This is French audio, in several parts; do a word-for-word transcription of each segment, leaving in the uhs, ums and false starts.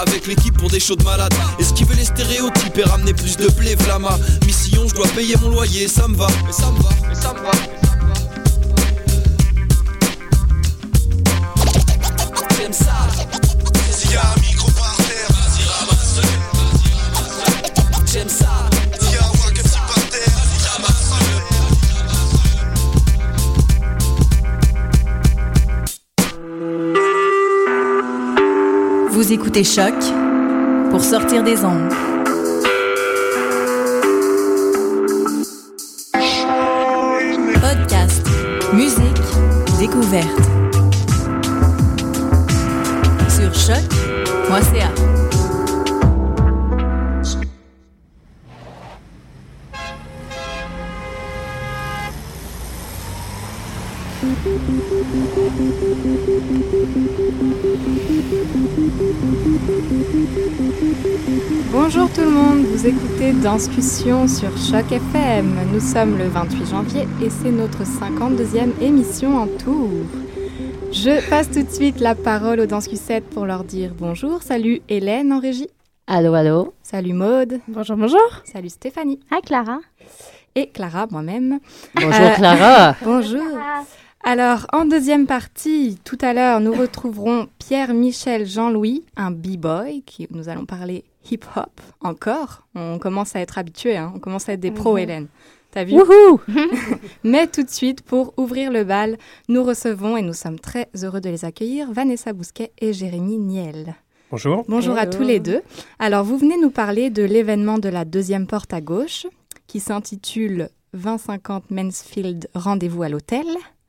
avec l'équipe pour des shows de malades. Esquiver les stéréotypes et ramener plus de blé, Vlama. Mission, je dois payer mon loyer, ça me va, mais ça me va, mais ça me va. J'aime ça. S'il y a un micro par terre, vas-y ramasse-le. J'aime ça. S'il y a un wack par terre, vas-y ramasse-le. Vous écoutez Choc pour sortir des ondes. Podcast, musique, découverte. Sur choc point c a. Bonjour tout le monde, vous écoutez Danscussion sur Choc F M. Nous sommes le vingt-huit janvier et c'est notre cinquante-deuxième émission en tout. Je passe tout de suite la parole aux Danscussettes pour leur dire bonjour. Salut Hélène en régie. Allô, allô. Salut Maude. Bonjour, bonjour. Salut Stéphanie. Hi Clara. Et Clara, moi-même. Bonjour euh, Clara. Bonjour. Clara. Alors, en deuxième partie, tout à l'heure, nous retrouverons Pierre-Michel Jean-Louis, un b-boy, qui nous allons parler hip-hop encore. On commence à être habitués, hein. On commence à être des pros, mmh. Hélène. T'as vu? Wouhou. Mais tout de suite, pour ouvrir le bal, nous recevons, et nous sommes très heureux de les accueillir, Vanessa Bousquet et Jérémy Niel. Bonjour. Bonjour Hello. À tous les deux. Alors, vous venez nous parler de l'événement de la deuxième porte à gauche, qui s'intitule vingt cinquante Mansfield Rendez-vous à l'hôtel.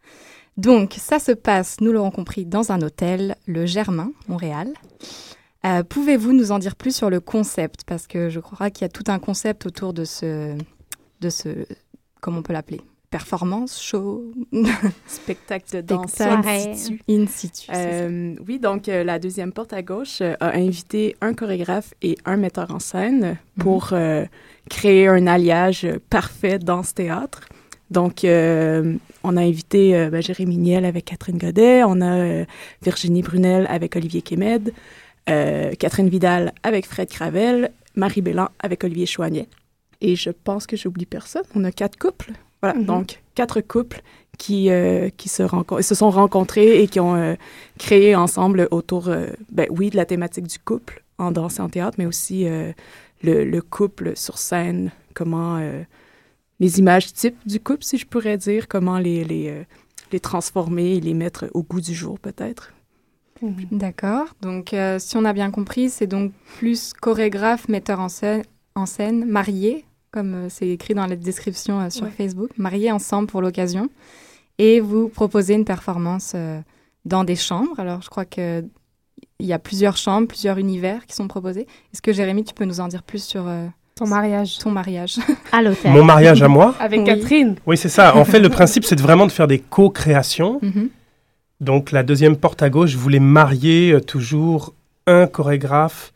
Donc, ça se passe, nous l'aurons compris, dans un hôtel, le Germain, Montréal. Euh, pouvez-vous nous en dire plus sur le concept? Parce que je crois qu'il y a tout un concept autour de ce, de ce comment on peut l'appeler? Performance, show, spectacle de danse, soirée, in situ. In situ euh, oui, donc euh, la deuxième porte à gauche euh, a invité un chorégraphe et un metteur en scène pour mm-hmm. euh, créer un alliage parfait dans ce théâtre. Donc, euh, on a invité euh, ben, Jérémy Niel avec Catherine Godet, on a euh, Virginie Brunel avec Olivier Kémed, euh, Catherine Vidal avec Fred Cravel, Marie Bélan avec Olivier Chouanier. Et je pense que j'oublie personne. On a quatre couples. Voilà, mm-hmm. donc quatre couples qui, euh, qui se, renco- se sont rencontrés et qui ont euh, créé ensemble autour, euh, ben oui, de la thématique du couple en danse et en théâtre, mais aussi euh, le, le couple sur scène, comment... Euh, les images types du couple, si je pourrais dire, comment les, les, euh, les transformer et les mettre au goût du jour, peut-être. Mm-hmm. D'accord. Donc, euh, si on a bien compris, c'est donc plus chorégraphe, metteur en scène, en scène mariés, comme euh, c'est écrit dans la description euh, sur ouais. Facebook, mariés ensemble pour l'occasion. Et vous proposez une performance euh, dans des chambres. Alors, je crois qu'il y a plusieurs chambres, plusieurs univers qui sont proposés. Est-ce que, Jérémy, tu peux nous en dire plus sur... Euh, Ton mariage. Ton mariage. À l'hôtel. Mon mariage à moi. Avec oui. Catherine. Oui, c'est ça. En fait, le principe, c'est de vraiment de faire des co-créations. Mm-hmm. Donc, la deuxième porte à gauche, je voulais marier euh, toujours un chorégraphe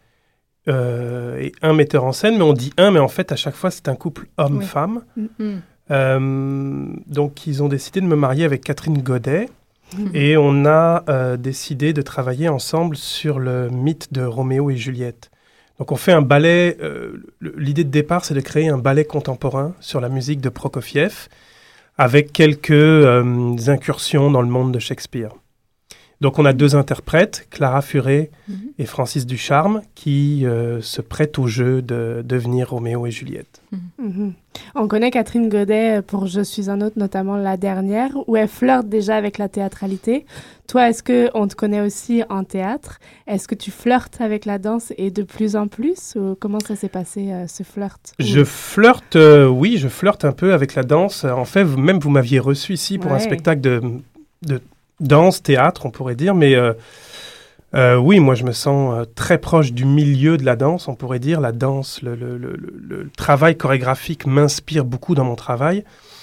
euh, et un metteur en scène. Mais on dit un, mais en fait, à chaque fois, c'est un couple homme-femme. Oui. Mm-hmm. Euh, donc, ils ont décidé de me marier avec Catherine Godet. Mm-hmm. Et on a euh, décidé de travailler ensemble sur le mythe de Roméo et Juliette. Donc on fait un ballet, euh, l'idée de départ c'est de créer un ballet contemporain sur la musique de Prokofiev avec quelques euh, incursions dans le monde de Shakespeare. Donc on a deux interprètes, Clara Furet mm-hmm. et Francis Ducharme, qui euh, se prêtent au jeu de devenir Roméo et Juliette. Mm-hmm. On connaît Catherine Godet pour Je suis un autre, notamment la dernière, où elle flirte déjà avec la théâtralité. Toi, est-ce qu'on te connaît aussi en théâtre? Est-ce que tu flirtes avec la danse et de plus en plus? Ou comment ça s'est passé, euh, ce flirt? Je flirte, euh, oui, je flirte un peu avec la danse. En fait, vous, même vous m'aviez reçu ici pour ouais. un spectacle de, de danse, théâtre, on pourrait dire, mais... Euh, Euh, oui, moi je me sens euh, très proche du milieu de la danse, on pourrait dire. La danse, le, le, le, le, le travail chorégraphique m'inspire beaucoup dans mon travail.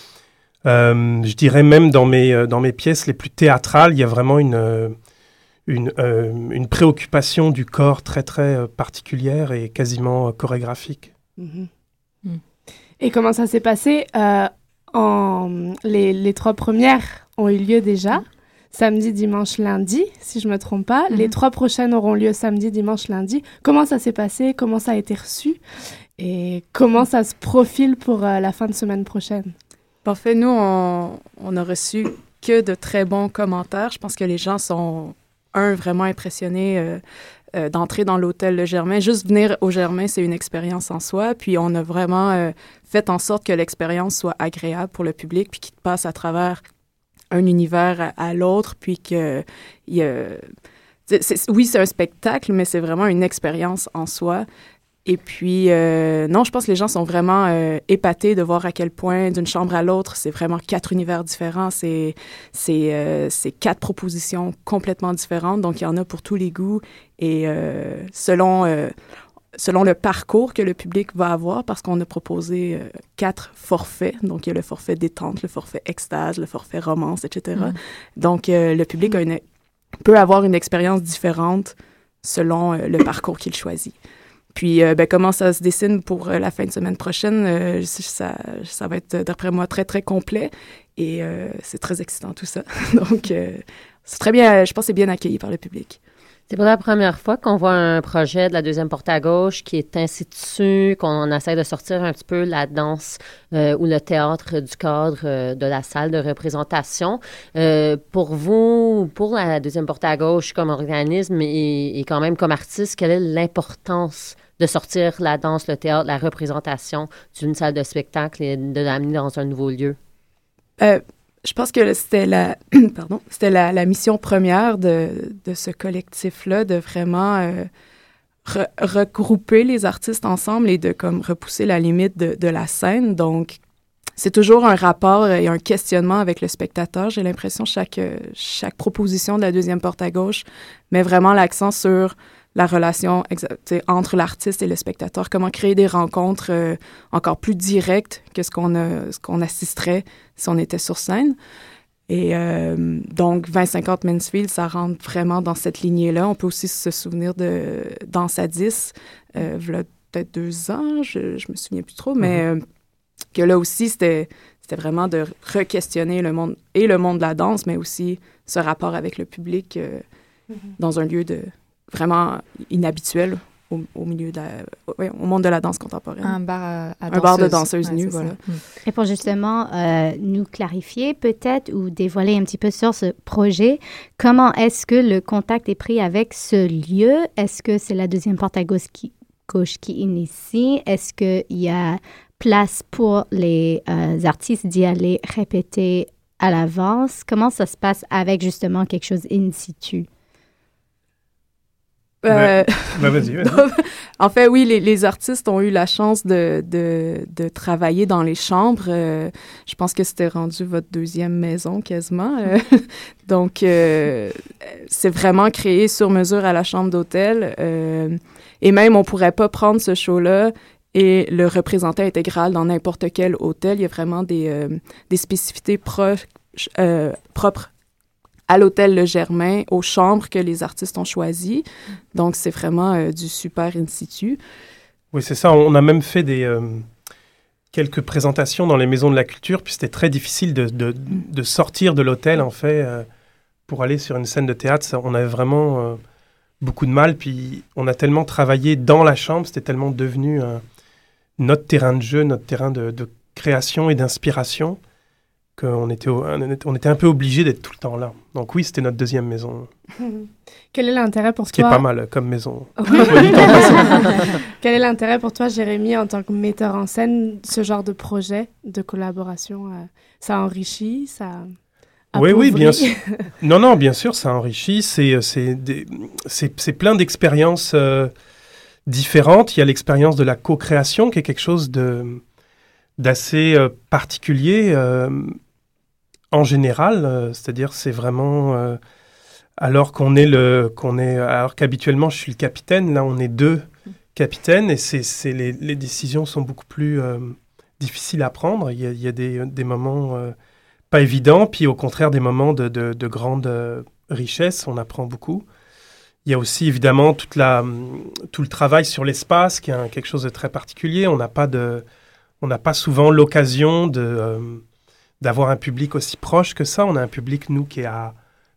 Euh, je dirais même dans mes, euh, dans mes pièces les plus théâtrales, il y a vraiment une, euh, une, euh, une préoccupation du corps très très euh, particulière et quasiment euh, chorégraphique. Mmh. Mmh. Et comment ça s'est passé euh, en... les, les trois premières ont eu lieu déjà. samedi, dimanche, lundi, si je ne me trompe pas. Mm-hmm. Les trois prochaines auront lieu samedi, dimanche, lundi. Comment ça s'est passé? Comment ça a été reçu? Et comment ça se profile pour euh, la fin de semaine prochaine? En fait, nous, on, on a reçu que de très bons commentaires. Je pense que les gens sont, un, vraiment impressionnés euh, euh, d'entrer dans l'hôtel Le Germain. Juste venir au Germain, c'est une expérience en soi. Puis on a vraiment euh, fait en sorte que l'expérience soit agréable pour le public, puis qu'il passe à travers un univers à, à l'autre, puis que... Y a, c'est, c'est, oui, c'est un spectacle, mais c'est vraiment une expérience en soi. Et puis, euh, non, je pense que les gens sont vraiment euh, épatés de voir à quel point, d'une chambre à l'autre, c'est vraiment quatre univers différents. C'est, c'est, euh, c'est quatre propositions complètement différentes. Donc, il y en a pour tous les goûts. Et euh, selon, euh, selon le parcours que le public va avoir, parce qu'on a proposé euh, quatre forfaits. Donc, il y a le forfait détente, le forfait extase, le forfait romance, et cetera. Mmh. Donc, euh, le public a une, peut avoir une expérience différente selon euh, le parcours qu'il choisit. Puis, euh, ben, comment ça se dessine pour euh, la fin de semaine prochaine, euh, ça, ça va être, d'après moi, très, très complet. Et euh, c'est très excitant, tout ça. Donc, euh, c'est très bien, je pense que c'est bien accueilli par le public. C'est pour la première fois qu'on voit un projet de la deuxième porte à gauche qui est ainsi dessus, qu'on essaie de sortir un petit peu la danse euh, ou le théâtre du cadre euh, de la salle de représentation. Euh, pour vous, pour la deuxième porte à gauche comme organisme et, et quand même comme artiste, quelle est l'importance de sortir la danse, le théâtre, la représentation d'une salle de spectacle et de l'amener dans un nouveau lieu? Euh, je pense que c'était la, pardon, c'était la, la mission première de, de ce collectif-là, de vraiment euh, re, regrouper les artistes ensemble et de comme repousser la limite de, de la scène. Donc, c'est toujours un rapport et un questionnement avec le spectateur. J'ai l'impression que chaque, chaque proposition de la deuxième porte à gauche met vraiment l'accent sur la relation exa- entre l'artiste et le spectateur, comment créer des rencontres euh, encore plus directes que ce qu'on, a, ce qu'on assisterait si on était sur scène. Et euh, donc, vingt cinquante Mansfield, ça rentre vraiment dans cette lignée-là. On peut aussi se souvenir de Danse à dix, euh, il y a peut-être deux ans, je, je me souviens plus trop, mais euh, que là aussi, c'était, c'était vraiment de re-questionner le monde, et le monde de la danse, mais aussi ce rapport avec le public euh, mm-hmm. dans un lieu de... vraiment inhabituel au, au milieu de la, ouais, au monde de la danse contemporaine. Un bar à, à Un bar de danseuses ouais, nues, voilà. Ça. Et pour justement euh, nous clarifier peut-être ou dévoiler un petit peu sur ce projet, comment est-ce que le contact est pris avec ce lieu? Est-ce que c'est la deuxième porte à gauche qui, gauche qui initie? Est-ce qu'il y a place pour les euh, artistes d'y aller répéter à l'avance? Comment ça se passe avec justement quelque chose in situ? Euh, bah, vas-y, vas-y. En fait, oui, les, les artistes ont eu la chance de, de, de travailler dans les chambres. Euh, je pense que c'était rendu votre deuxième maison quasiment. Euh, donc, euh, c'est vraiment créé sur mesure à la chambre d'hôtel. Euh, et même, on pourrait pas prendre ce show-là et le représenter intégral dans n'importe quel hôtel. Il y a vraiment des, euh, des spécificités proches, euh, propres à l'hôtel Le Germain, aux chambres que les artistes ont choisies. Donc, c'est vraiment euh, du super in situ. Oui, c'est ça. On a même fait des, euh, quelques présentations dans les maisons de la culture, puis c'était très difficile de, de, de sortir de l'hôtel, en fait, euh, pour aller sur une scène de théâtre. Ça, on avait vraiment euh, beaucoup de mal, puis on a tellement travaillé dans la chambre, c'était tellement devenu euh, notre terrain de jeu, notre terrain de, de création et d'inspiration, qu'on était, on était un peu obligé d'être tout le temps là. Donc oui, c'était notre deuxième maison. Quel est l'intérêt pour Ce toi... qui est pas mal comme maison. Quel est l'intérêt pour toi, Jérémy, en tant que metteur en scène, ce genre de projet de collaboration? Euh, ça enrichit, ça appauvrit? Oui, oui, bien sûr. Non, non, bien sûr, ça enrichit. C'est, c'est, des, c'est, c'est plein d'expériences euh, différentes. Il y a l'expérience de la co-création, qui est quelque chose de, d'assez euh, particulier. Euh, En général, euh, c'est-à-dire c'est vraiment euh, alors qu'on est le qu'on est alors qu'habituellement je suis le capitaine, là on est deux capitaines et c'est c'est les, les décisions sont beaucoup plus euh, difficiles à prendre. Il y a, il y a des des moments euh, pas évidents, puis au contraire des moments de de, de grande euh, richesse. On apprend beaucoup. Il y a aussi évidemment toute la tout le travail sur l'espace qui est un, quelque chose de très particulier. On n'a pas de on n'a pas souvent l'occasion de euh, d'avoir un public aussi proche que ça. On a un public, nous, qui est à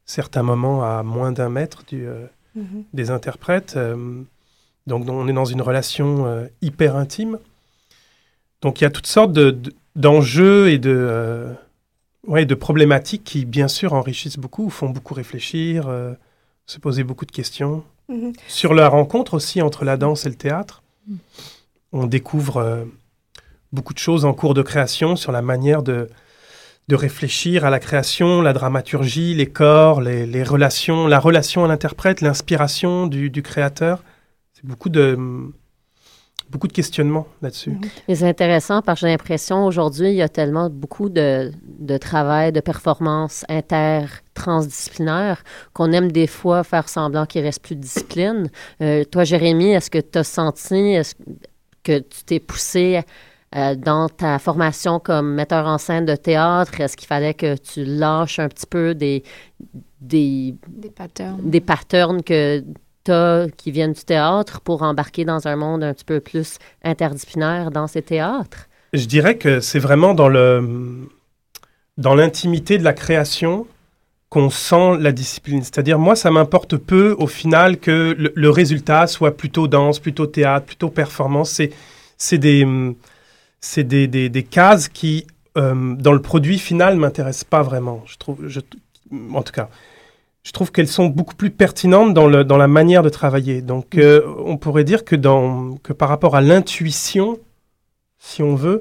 certains moments à moins d'un mètre du, euh, mmh. des interprètes. Euh, donc on est dans une relation euh, hyper intime. Donc il y a toutes sortes de, de, d'enjeux et de, euh, ouais, de problématiques qui, bien sûr, enrichissent beaucoup, font beaucoup réfléchir, euh, se poser beaucoup de questions. Mmh. Sur la rencontre aussi entre la danse et le théâtre, mmh. on découvre euh, beaucoup de choses en cours de création sur la manière de, de réfléchir à la création, la dramaturgie, les corps, les, les relations, la relation à l'interprète, l'inspiration du, du créateur. C'est beaucoup de... Beaucoup de questionnements là-dessus. Et c'est intéressant parce que j'ai l'impression aujourd'hui, il y a tellement beaucoup de, de travail, de performances inter-transdisciplinaires qu'on aime des fois faire semblant qu'il reste plus de discipline. Euh, toi, Jérémy, est-ce que tu as senti est-ce que tu t'es poussé euh, dans ta formation comme metteur en scène de théâtre? Est-ce qu'il fallait que tu lâches un petit peu des, des, des patterns, des patterns que... qui viennent du théâtre pour embarquer dans un monde un petit peu plus interdisciplinaire dans ces théâtres? Je dirais que c'est vraiment dans, le, dans l'intimité de la création qu'on sent la discipline. C'est-à-dire, moi, ça m'importe peu, au final, que le, le résultat soit plutôt danse, plutôt théâtre, plutôt performance. C'est, c'est, des, c'est des, des, des cases qui, euh, dans le produit final, ne m'intéressent pas vraiment. Je trouve, je, en tout cas... Je trouve qu'elles sont beaucoup plus pertinentes dans, le, dans la manière de travailler. Donc, euh, on pourrait dire que, dans, que par rapport à l'intuition, si on veut,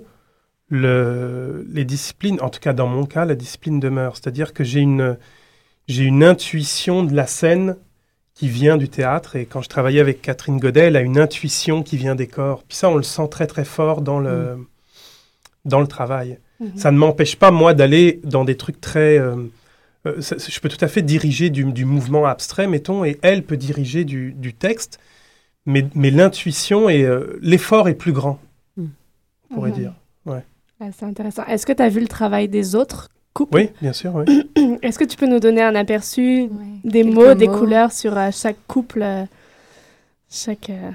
le, les disciplines, en tout cas dans mon cas, la discipline demeure. C'est-à-dire que j'ai une, j'ai une intuition de la scène qui vient du théâtre. Et quand je travaillais avec Catherine Godet, elle a une intuition qui vient des corps. Puis ça, on le sent très, très fort dans le, mmh. dans le travail. Mmh. Ça ne m'empêche pas, moi, d'aller dans des trucs très... Euh, Euh, ça, je peux tout à fait diriger du, du mouvement abstrait, mettons, et elle peut diriger du, du texte, mais, mais l'intuition et euh, l'effort est plus grand, mmh. on pourrait mmh. dire. Ouais. Ah, c'est intéressant. Est-ce que tu as vu le travail des autres couples? Oui, bien sûr, oui. Est-ce que tu peux nous donner un aperçu ouais. des Quelques mots, mots, des couleurs sur euh, chaque couple, euh, chaque... Euh...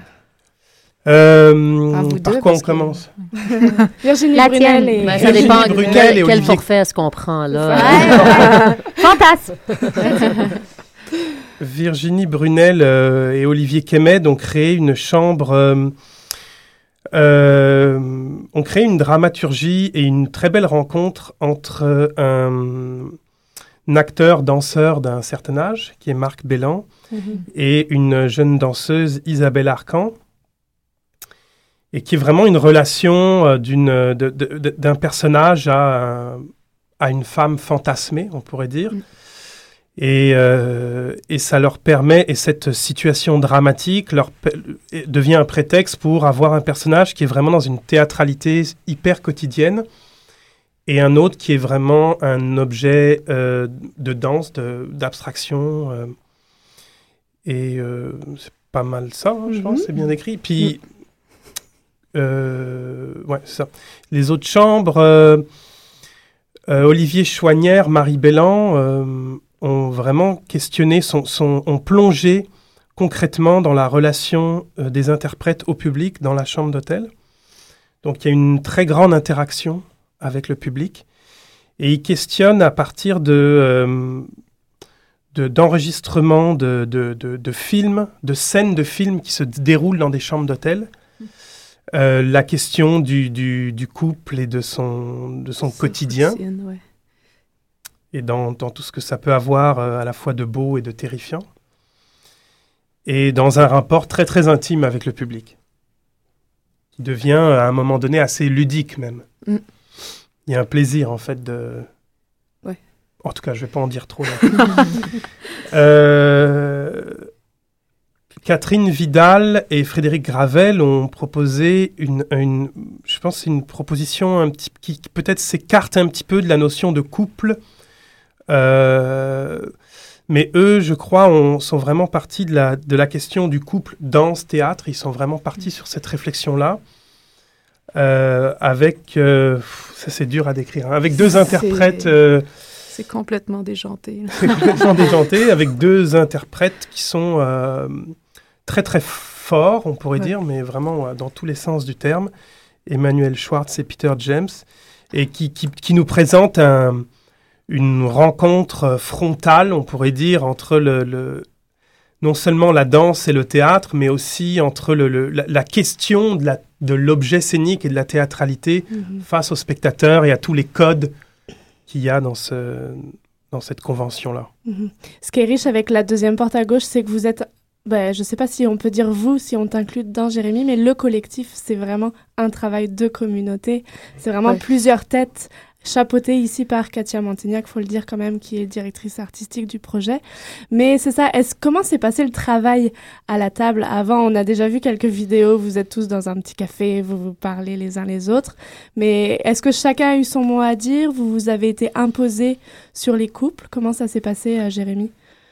Euh, ah, par deux, quoi on que... commence? Virginie La Brunel et... Ben, ça Virginie dépend Brunel quel, et quel Olivier... forfait est-ce qu'on prend, là. Ouais, ouais. Fantasme! Virginie Brunel euh, et Olivier Quémet ont créé une chambre... Euh, euh, ont créé une dramaturgie et une très belle rencontre entre un, un acteur, danseur d'un certain âge, qui est Marc Bellan, mm-hmm. et une jeune danseuse, Isabelle Arcan, et qui est vraiment une relation euh, d'une, de, de, de, d'un personnage à, à une femme fantasmée, on pourrait dire. Mm. Et, euh, et ça leur permet, et cette situation dramatique leur devient un prétexte pour avoir un personnage qui est vraiment dans une théâtralité hyper quotidienne, et un autre qui est vraiment un objet euh, de danse, de, d'abstraction. Euh, et euh, c'est pas mal ça, hein, je mm-hmm. pense, c'est bien décrit. Puis... Mm. Euh, ouais, c'est ça. Les autres chambres, euh, euh, Olivier Chouanière, Marie Bellan, euh, ont vraiment questionné, sont, sont, ont plongé concrètement dans la relation euh, des interprètes au public dans la chambre d'hôtel. Donc il y a une très grande interaction avec le public. Et ils questionnent à partir de, euh, de, d'enregistrements de, de, de, de films, de scènes de films qui se déroulent dans des chambres d'hôtel. Euh, la question du, du, du couple et de son, de son quotidien, ouais. et dans, dans tout ce que ça peut avoir euh, à la fois de beau et de terrifiant, et dans un rapport très très intime avec le public, qui devient à un moment donné assez ludique même. Mm. Il y a un plaisir en fait de... Ouais. En tout cas, je ne vais pas en dire trop. euh... Catherine Vidal et Frédéric Gravel ont proposé une, une je pense, c'est une proposition un petit, qui peut-être s'écarte un petit peu de la notion de couple. Euh, mais eux, je crois, on, sont vraiment partis de la, de la question du couple danse-théâtre. Ils sont vraiment partis sur cette réflexion-là. Euh, avec, euh, ça c'est dur à décrire, hein, avec deux c'est... interprètes... Euh, c'est complètement déjanté. C'est complètement déjanté, avec deux interprètes qui sont... Euh, très très fort, on pourrait ouais. dire, mais vraiment euh, dans tous les sens du terme, Emmanuel Schwartz et Peter James, et qui, qui, qui nous présentent un, une rencontre frontale, on pourrait dire, entre le, le, non seulement la danse et le théâtre, mais aussi entre le, le, la, la question de, la, de l'objet scénique et de la théâtralité mm-hmm. face aux spectateurs et à tous les codes qu'il y a dans, ce, dans cette convention-là. Mm-hmm. Ce qui est riche avec la deuxième porte à gauche, c'est que vous êtes, ben, je ne sais pas si on peut dire vous, si on t'inclut dedans, Jérémy, mais le collectif, c'est vraiment un travail de communauté. C'est vraiment ouais. plusieurs têtes chapeautée ici par Katia Montignac, il faut le dire quand même, qui est directrice artistique du projet. Mais c'est ça, est-ce, comment s'est passé le travail à la table avant? On a déjà vu quelques vidéos, vous êtes tous dans un petit café, vous vous parlez les uns les autres. Mais est-ce que chacun a eu son mot à dire? Vous, vous avez été imposé sur les couples? Comment ça s'est passé, euh, Jérémy?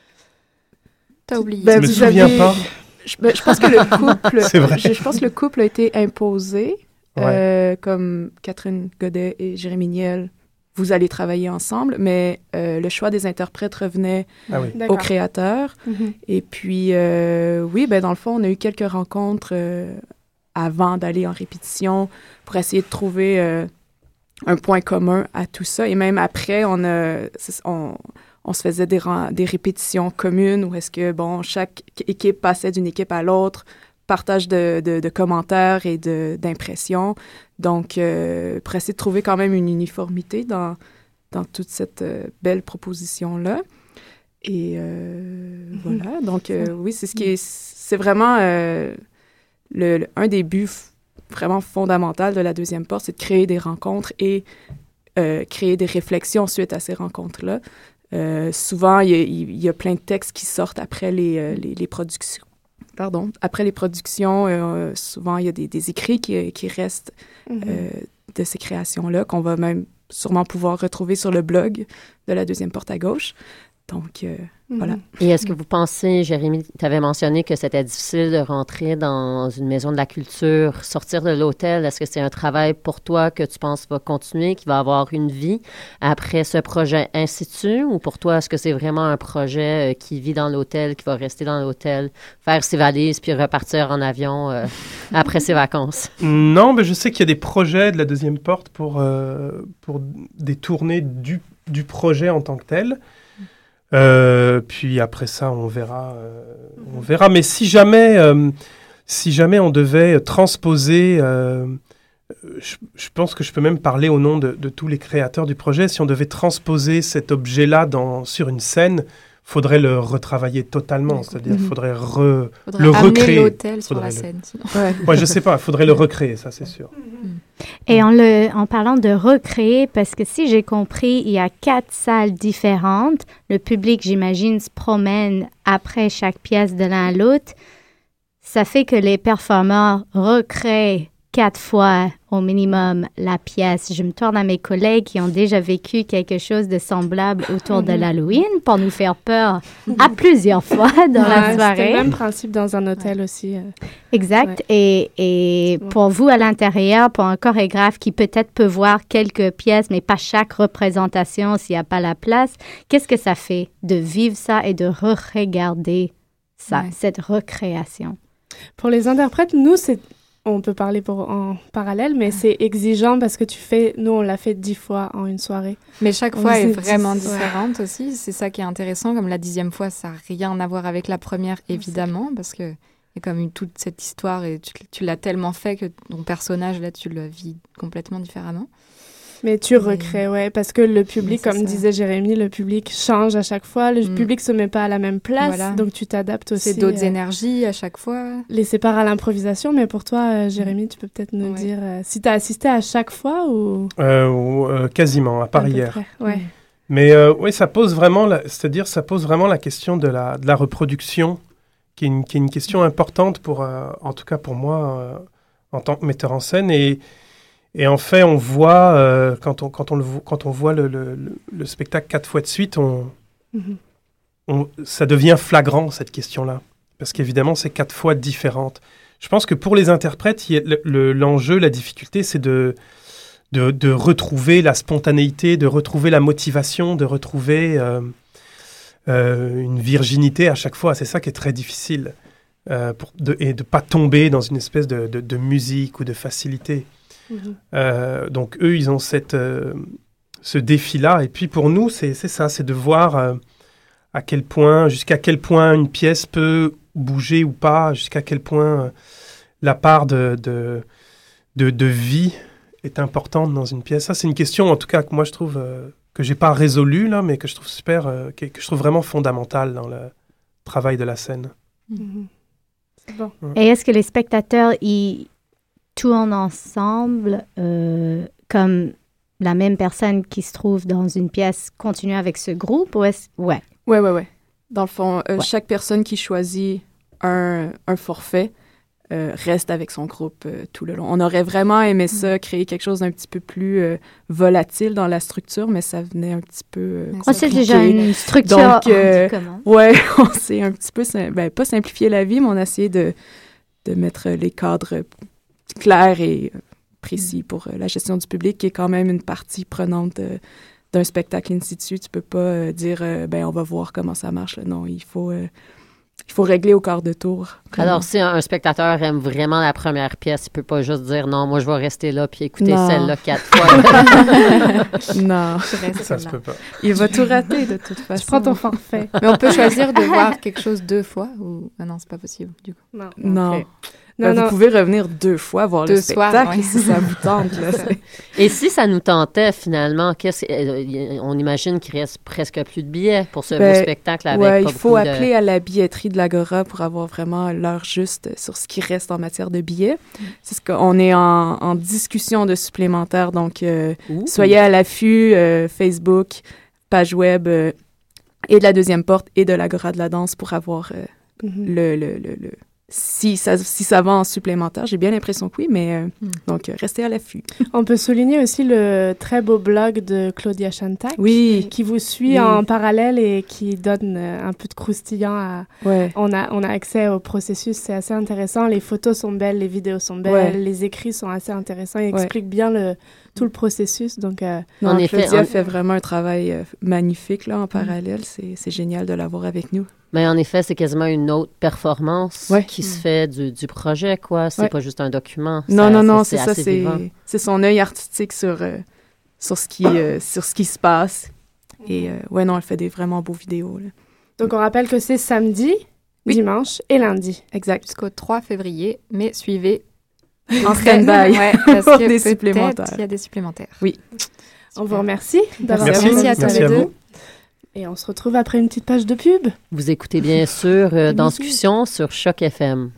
T'as oublié. Ben, je me souviens avez... pas. Je, ben, je pense que le couple... c'est vrai. Je, je pense que le couple a été imposé. Ouais. Euh, comme Catherine Godet et Jérémy Niel, vous allez travailler ensemble, mais euh, le choix des interprètes revenait ah oui. aux créateurs. Mm-hmm. Et puis, euh, oui, ben, dans le fond, on a eu quelques rencontres euh, avant d'aller en répétition pour essayer de trouver euh, un point commun à tout ça. Et même après, on, a, on, on se faisait des, des répétitions communes où est-ce que, bon, chaque équipe passait d'une équipe à l'autre, partage de, de, de commentaires et de, d'impressions. Donc, euh, pour essayer de trouver quand même une uniformité dans, dans toute cette euh, belle proposition-là. Et euh, mm-hmm. voilà. Donc, euh, oui, c'est ce qui est... C'est vraiment euh, le, le, un des buts f- vraiment fondamentaux de la deuxième porte, c'est de créer des rencontres et euh, créer des réflexions suite à ces rencontres-là. Euh, souvent, il y, y, y a plein de textes qui sortent après les, euh, les, les productions. Pardon. Après les productions, euh, souvent, il y a des, des écrits qui, qui restent mm-hmm. euh, de ces créations-là, qu'on va même sûrement pouvoir retrouver sur le blog de la deuxième porte à gauche. Donc, euh, mm-hmm. voilà. Et est-ce que vous pensez, Jérémy, tu avais mentionné que c'était difficile de rentrer dans une maison de la culture, sortir de l'hôtel. Est-ce que c'est un travail pour toi que tu penses va continuer, qui va avoir une vie après ce projet in situ? Ou pour toi, est-ce que c'est vraiment un projet euh, qui vit dans l'hôtel, qui va rester dans l'hôtel, faire ses valises puis repartir en avion euh, après ses vacances? Non, mais je sais qu'il y a des projets de la deuxième porte pour, euh, pour des tournées du, du projet en tant que tel. Euh, puis après ça, on verra, euh, on verra. Mais si jamais, euh, si jamais on devait transposer, euh, je, je pense que je peux même parler au nom de, de tous les créateurs du projet. Si on devait transposer cet objet-là dans, sur une scène, faudrait le retravailler totalement. D'accord. C'est-à-dire, il mm-hmm. faudrait, re, faudrait le recréer. L'hôtel sur faudrait la le... scène. Sinon. Ouais. ouais, je sais pas. Il faudrait le recréer, ça c'est sûr. Et en, le, en parlant de recréer, parce que si j'ai compris, il y a quatre salles différentes. Le public, j'imagine, se promène après chaque pièce de l'un à l'autre. Ça fait que les performeurs recréent quatre fois au minimum la pièce. Je me tourne à mes collègues qui ont déjà vécu quelque chose de semblable autour de l'Halloween pour nous faire peur à plusieurs fois dans ouais, la soirée. C'est le même principe dans un hôtel ouais. aussi. Exact. Ouais. Et, et pour vous, à l'intérieur, pour un chorégraphe qui peut-être peut voir quelques pièces, mais pas chaque représentation s'il n'y a pas la place, qu'est-ce que ça fait de vivre ça et de re-regarder ça, ouais. cette recréation? Pour les interprètes, nous, c'est on peut parler pour, en parallèle, mais c'est exigeant parce que tu fais... Nous, on l'a fait dix fois en une soirée. Mais chaque fois est vraiment différente ouais. aussi. C'est ça qui est intéressant. Comme la dixième fois, ça n'a rien à voir avec la première, évidemment, parce qu'il y a comme une, toute cette histoire et tu, tu l'as tellement fait que ton personnage, là, tu le vis complètement différemment. Mais tu recrées, ouais, parce que le public, comme ça. disait Jérémy, le public change à chaque fois. Le mm. public se met pas à la même place, voilà. donc tu t'adaptes aussi. C'est d'autres euh, énergies à chaque fois. Les sépare à l'improvisation, mais pour toi, euh, Jérémy, tu peux peut-être nous ouais. dire euh, si tu as assisté à chaque fois ou... Euh, ou euh, quasiment, à part à hier. Ouais. Mm. Mais euh, oui, ça pose vraiment, la, c'est-à-dire ça pose vraiment la question de la, de la reproduction, qui est, une, qui est une question importante pour, euh, en tout cas pour moi, euh, en tant que metteur en scène. Et Et en fait, on voit, euh, quand, on, quand, on le, quand on voit le, le, le spectacle quatre fois de suite, on, mm-hmm. on, ça devient flagrant, cette question-là. Parce qu'évidemment, c'est quatre fois différentes. Je pense que pour les interprètes, il y a le, le, l'enjeu, la difficulté, c'est de, de, de retrouver la spontanéité, de retrouver la motivation, de retrouver euh, euh, une virginité à chaque fois. C'est ça qui est très difficile. Euh, pour de, et de ne pas tomber dans une espèce de, de, de musique ou de facilité. Mmh. Euh, donc eux, ils ont cette, euh, ce défi-là. Et puis pour nous, c'est, c'est ça, c'est de voir euh, à quel point, jusqu'à quel point une pièce peut bouger ou pas, jusqu'à quel point euh, la part de, de, de, de vie est importante dans une pièce. Ça, c'est une question, en tout cas, que moi, je trouve, euh, que j'ai pas résolue, là, mais que je trouve super, euh, que, que je trouve vraiment fondamentale dans le travail de la scène. Mm-hmm. C'est bon. Ouais. Et est-ce que les spectateurs, ils tournent ensemble euh, comme la même personne qui se trouve dans une pièce continue avec ce groupe ou est-ce... Ouais. Ouais, ouais, ouais. Dans le fond, euh, Ouais. chaque personne qui choisit un, un forfait euh, reste avec son groupe euh, tout le long. On aurait vraiment aimé ça, créer quelque chose d'un petit peu plus euh, volatile dans la structure, mais ça venait un petit peu euh, Oh, c'est compliqué. déjà une structure. Donc, euh, on dit comment? Ouais, on s'est un petit peu, sim- ben, pas simplifier la vie, mais on a essayé de, de mettre les cadres clairs et euh, précis pour euh, la gestion du public, qui est quand même une partie prenante euh, d'un spectacle in situ. Tu peux pas euh, dire, euh, ben, on va voir comment ça marche. Là. Non, il faut, euh, il faut régler au quart de tour. Vraiment. Alors, si un, un spectateur aime vraiment la première pièce, il peut pas juste dire non, moi je vais rester là puis écouter Non. celle-là quatre fois. Non, Ça se peut pas. il va tout rater de toute façon. Tu prends ton forfait. Mais on peut choisir de voir quelque chose deux fois ou... Ah non, c'est pas possible, du coup. Non. Non. Ok. Ben, Non, vous non. pouvez revenir deux fois voir Deux le soirs, spectacle ouais. si ça vous tente. Là, c'est- Et si ça nous tentait finalement, qu'est-ce, euh, y- on imagine qu'il reste presque plus de billets pour ce Ben, beau spectacle avec ouais, pas il faut beaucoup de- appeler à la billetterie de l'Agora pour avoir vraiment l'heure juste sur ce qui reste en matière de billets. C'est ce qu'on est en, en discussion de supplémentaires, donc euh, Ouh. soyez à l'affût, euh, Facebook, page web euh, et de la deuxième porte et de l'Agora de la danse pour avoir euh, Mhm. le, le, le, le- si ça, si ça va en supplémentaire. J'ai bien l'impression que oui, mais euh, Mm. donc euh, restez à l'affût. On peut souligner aussi le très beau blog de Claudia Chantac. Oui, Qui vous suit Oui. en parallèle et qui donne euh, un peu de croustillant à... ouais. On a, on a accès au processus, c'est assez intéressant. Les photos sont belles, les vidéos sont belles, Ouais. les écrits sont assez intéressants. Ils Ouais. expliquent bien le, tout le processus. Donc, euh, Non, En effet, Claudia en- fait vraiment un travail euh, magnifique là, en parallèle. C'est, c'est génial de l'avoir avec nous. Mais en effet, c'est quasiment une autre performance Ouais. qui se fait du, du projet, quoi. C'est Ouais. pas juste un document. Non, Ça- non, non, c'est, c'est ça. assez C'est, vivant. c'est son œil artistique sur, euh, sur, ce qui, euh, sur ce qui se passe. Et euh, ouais, non, elle fait des vraiment beaux vidéos. Là. donc on rappelle que c'est samedi, Oui. dimanche et lundi. Exact. Jusqu'au trois février, mais suivez En stand-by. Ouais, parce Pour que des peut-être supplémentaires. il y a des supplémentaires. On vous remercie d'avoir Merci. répondu Merci à à Merci tous à les deux. vous. Et on se retrouve après une petite page de pub. Vous écoutez bien sûr euh, Bisous. Danscussion sur Choc F M.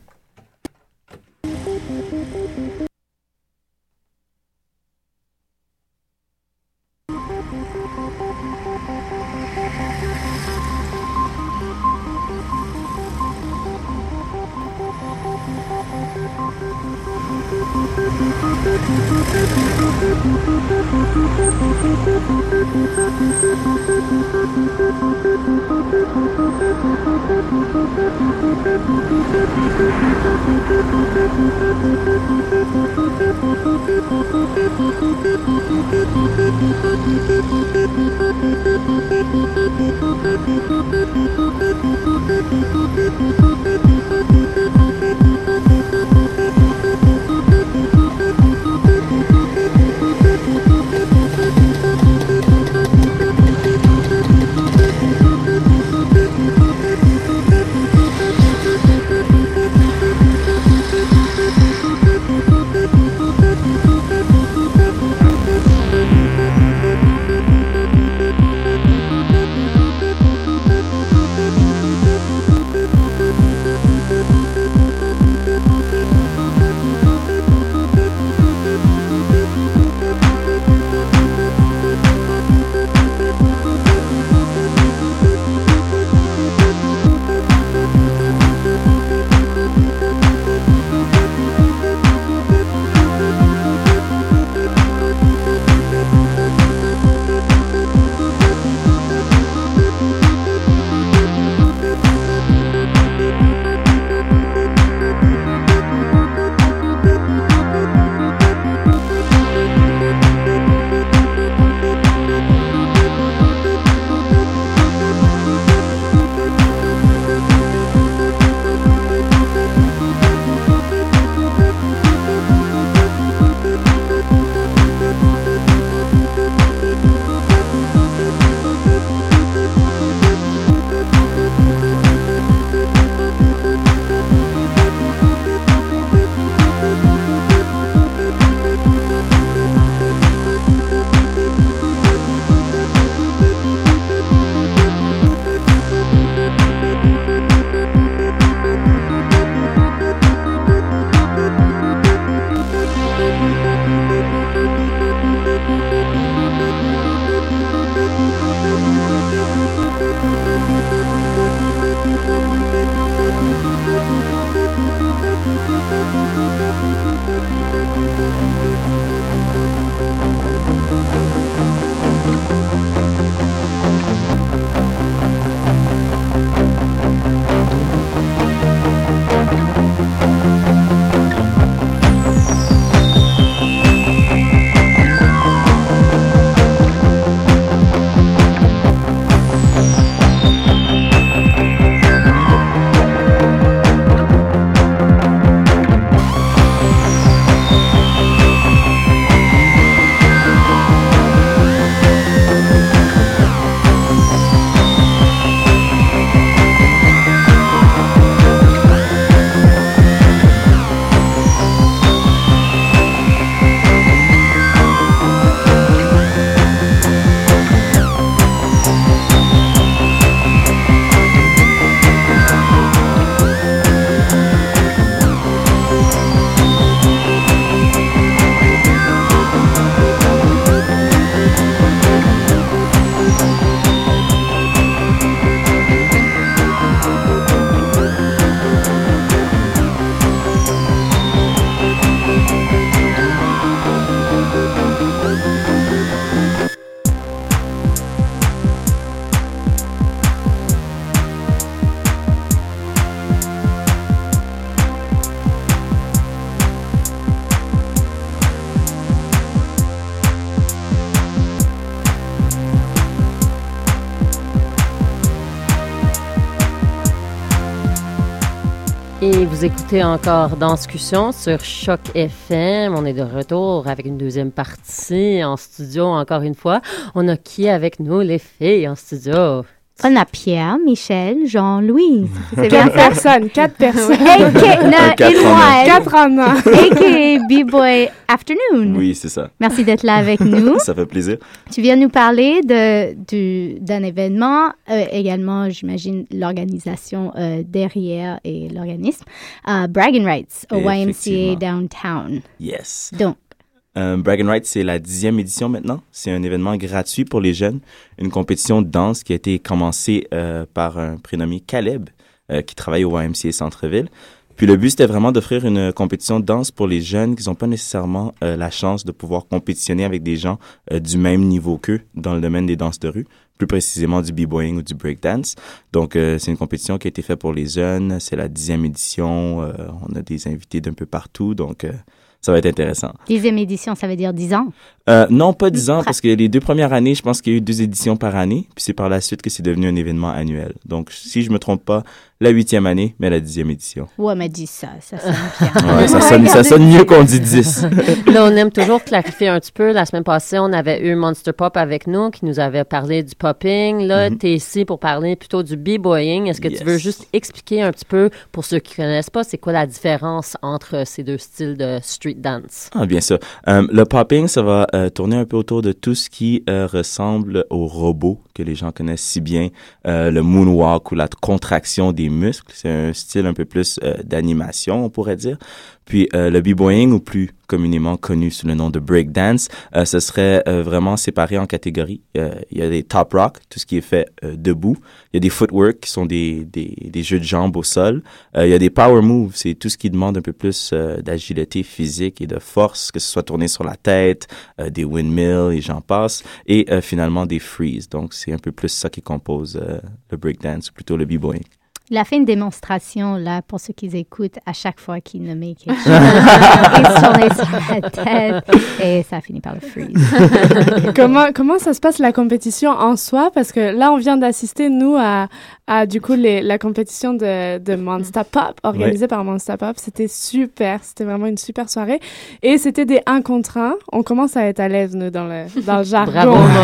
Vous écoutez encore Danscussion sur Choc F M. On est de retour avec une deuxième partie en studio encore une fois. On a qui avec nous, les filles, en studio? On a Pierre, Michel, Jean-Louis. C'est bien personnes, quatre personnes. A K, no, in one. Quatre en un. A K A B-Boy Afternoon. Oui, c'est ça. Merci d'être là avec nous. Ça fait plaisir. Tu viens nous parler de, du, d'un événement, euh, également, j'imagine, l'organisation euh, derrière et l'organisme, uh, Bragging Rights au Y M C A Downtown. Yes. Donc, Euh, Bragging Rights, c'est la dixième édition maintenant. C'est un événement gratuit pour les jeunes, une compétition de danse qui a été commencée euh, par un prénommé Caleb, euh, qui travaille au Y M C A Centre-Ville. Puis le but, c'était vraiment d'offrir une compétition de danse pour les jeunes qui n'ont pas nécessairement euh, la chance de pouvoir compétitionner avec des gens euh, du même niveau qu'eux dans le domaine des danses de rue, plus précisément du b-boying ou du breakdance. Donc, euh, c'est une compétition qui a été faite pour les jeunes. C'est la dixième édition. Euh, on a des invités d'un peu partout, donc... Euh, ça va être intéressant. Dixième édition, ça veut dire dix ans? Euh, non, pas dix ans, parce que les deux premières années, je pense qu'il y a eu deux éditions par année, puis c'est par la suite que c'est devenu un événement annuel. Donc, si je me trompe pas, la huitième année, mais la dixième édition. Ouais, mais dis ça, ça sonne bien. Ouais, ça sonne, ça sonne mieux qu'on dit dix. Là, on aime toujours clarifier un petit peu. La semaine passée, on avait eu Monster Pop avec nous qui nous avait parlé du popping. Là, mm-hmm. tu es ici pour parler plutôt du b-boying. Est-ce que yes. tu veux juste expliquer un petit peu, pour ceux qui ne connaissent pas, c'est quoi la différence entre ces deux styles de street dance? Ah, bien sûr. Um, le popping, ça va euh, tourner un peu autour de tout ce qui euh, ressemble au robot que les gens connaissent si bien, euh, le moonwalk ou la contraction des muscles. C'est un style un peu plus euh, d'animation, on pourrait dire. Puis euh, le b-boying, ou plus communément connu sous le nom de breakdance, euh, ce serait euh, vraiment séparé en catégories. Euh, il y a des top rock, tout ce qui est fait euh, debout. Il y a des footwork, qui sont des, des, des jeux de jambes au sol. Euh, il y a des power moves, c'est tout ce qui demande un peu plus euh, d'agilité physique et de force, que ce soit tourné sur la tête, euh, des windmills et j'en passe. Et euh, finalement des freeze. Donc c'est un peu plus ça qui compose euh, le breakdance, ou plutôt le b-boying. Il a fait une démonstration, là, pour ceux qui écoutent, à chaque fois qu'il nommait quelque chose. Il se tournait sur la tête et ça a fini par le freeze. comment, comment ça se passe la compétition en soi? Parce que là, on vient d'assister, nous, à, à du coup, les, la compétition de, de Monster Pop, organisée ouais. par Monster Pop. C'était super. C'était vraiment une super soirée. Et c'était des un contre un. On commence à être à l'aise, nous, dans le, dans le jargon.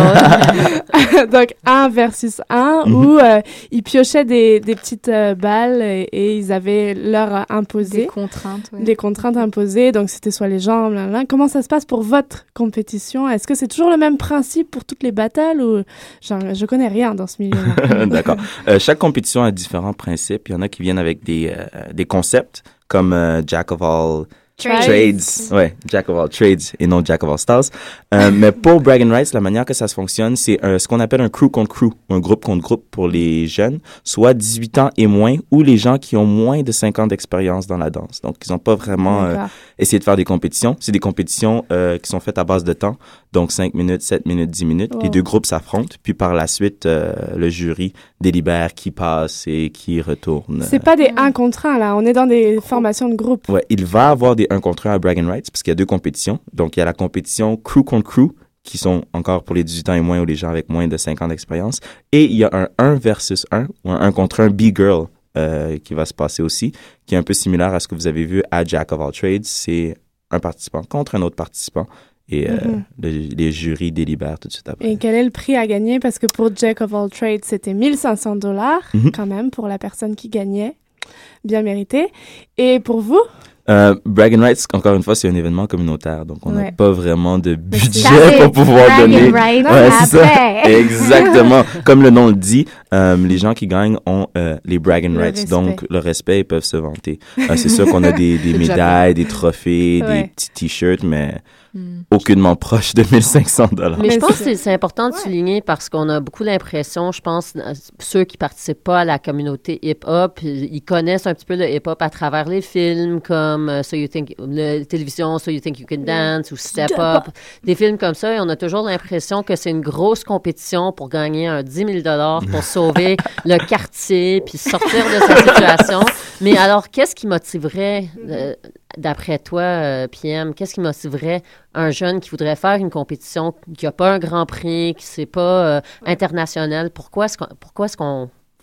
Bravo. Donc, un versus un, mm-hmm. où euh, ils piochaient des, des petites euh, balles et, et ils avaient leur imposé. Des contraintes, oui. Des contraintes imposées. Donc, c'était soit les jambes, là, là. Comment ça se passe pour votre compétition? Est-ce que c'est toujours le même principe pour toutes les battles ou... Genre, je connais rien dans ce milieu-là. D'accord. Euh, chaque compétition a différents principes. Il y en a qui viennent avec des, euh, des concepts comme euh, Jack of all... Trades. Trades. Ouais, Jack of all trades et non Jack of all stars. Euh, mais pour Bragging Rights, la manière que ça se fonctionne, c'est euh, ce qu'on appelle un crew contre crew, un groupe contre groupe pour les jeunes, soit dix-huit ans et moins, ou les gens qui ont moins de cinq ans d'expérience dans la danse. Donc, ils n'ont pas vraiment euh, essayé de faire des compétitions. C'est des compétitions euh, qui sont faites à base de temps, donc cinq minutes, sept minutes, dix minutes. Oh. Les deux groupes s'affrontent, puis par la suite, euh, le jury délibère qui passe et qui retourne. C'est pas des un contre un, là. On est dans des formations de groupe. Ouais, il va avoir des un contre un à Bragging Rights, parce qu'il y a deux compétitions. Donc, il y a la compétition crew contre crew, qui sont encore pour les dix-huit ans et moins ou les gens avec moins de cinq ans d'expérience. Et il y a un un versus un, ou un un contre un B-girl euh, qui va se passer aussi, qui est un peu similaire à ce que vous avez vu à Jack of all trades. C'est un participant contre un autre participant. Et euh, mm-hmm. le, les jurys délibèrent tout de suite après. Et quel est le prix à gagner? Parce que pour Jack of all trades, c'était mille cinq cents dollars mm-hmm. quand même pour la personne qui gagnait. Bien mérité. Et pour vous? Euh, Bragging Rights, encore une fois, c'est un événement communautaire, donc on n'a ouais. pas vraiment de budget pour pouvoir donner. Right ouais, c'est ça. Exactement. Comme le nom le dit, euh, les gens qui gagnent ont euh, les Bragging le Rights, respect. donc le respect, ils peuvent se vanter. Euh, c'est sûr qu'on a des, des médailles, des trophées, ouais. des petits t-shirts, mais mm. aucunement proche de mille cinq cents dollars. Mais je pense que c'est, c'est important de ouais. souligner parce qu'on a beaucoup l'impression, je pense, ceux qui participent pas à la communauté hip-hop, ils connaissent un petit peu le hip-hop à travers les films comme So You Think, la télévision, So You Think You Can Dance ou Step Up, des films comme ça, et on a toujours l'impression que c'est une grosse compétition pour gagner un dix mille dollars pour sauver le quartier puis sortir de cette situation. Mais alors, qu'est-ce qui motiverait, euh, d'après toi, euh, P M, qu'est-ce qui motiverait un jeune qui voudrait faire une compétition qui n'a pas un grand prix, qui n'est pas euh, international? Pourquoi est-ce qu'on, pourquoi est-ce qu'on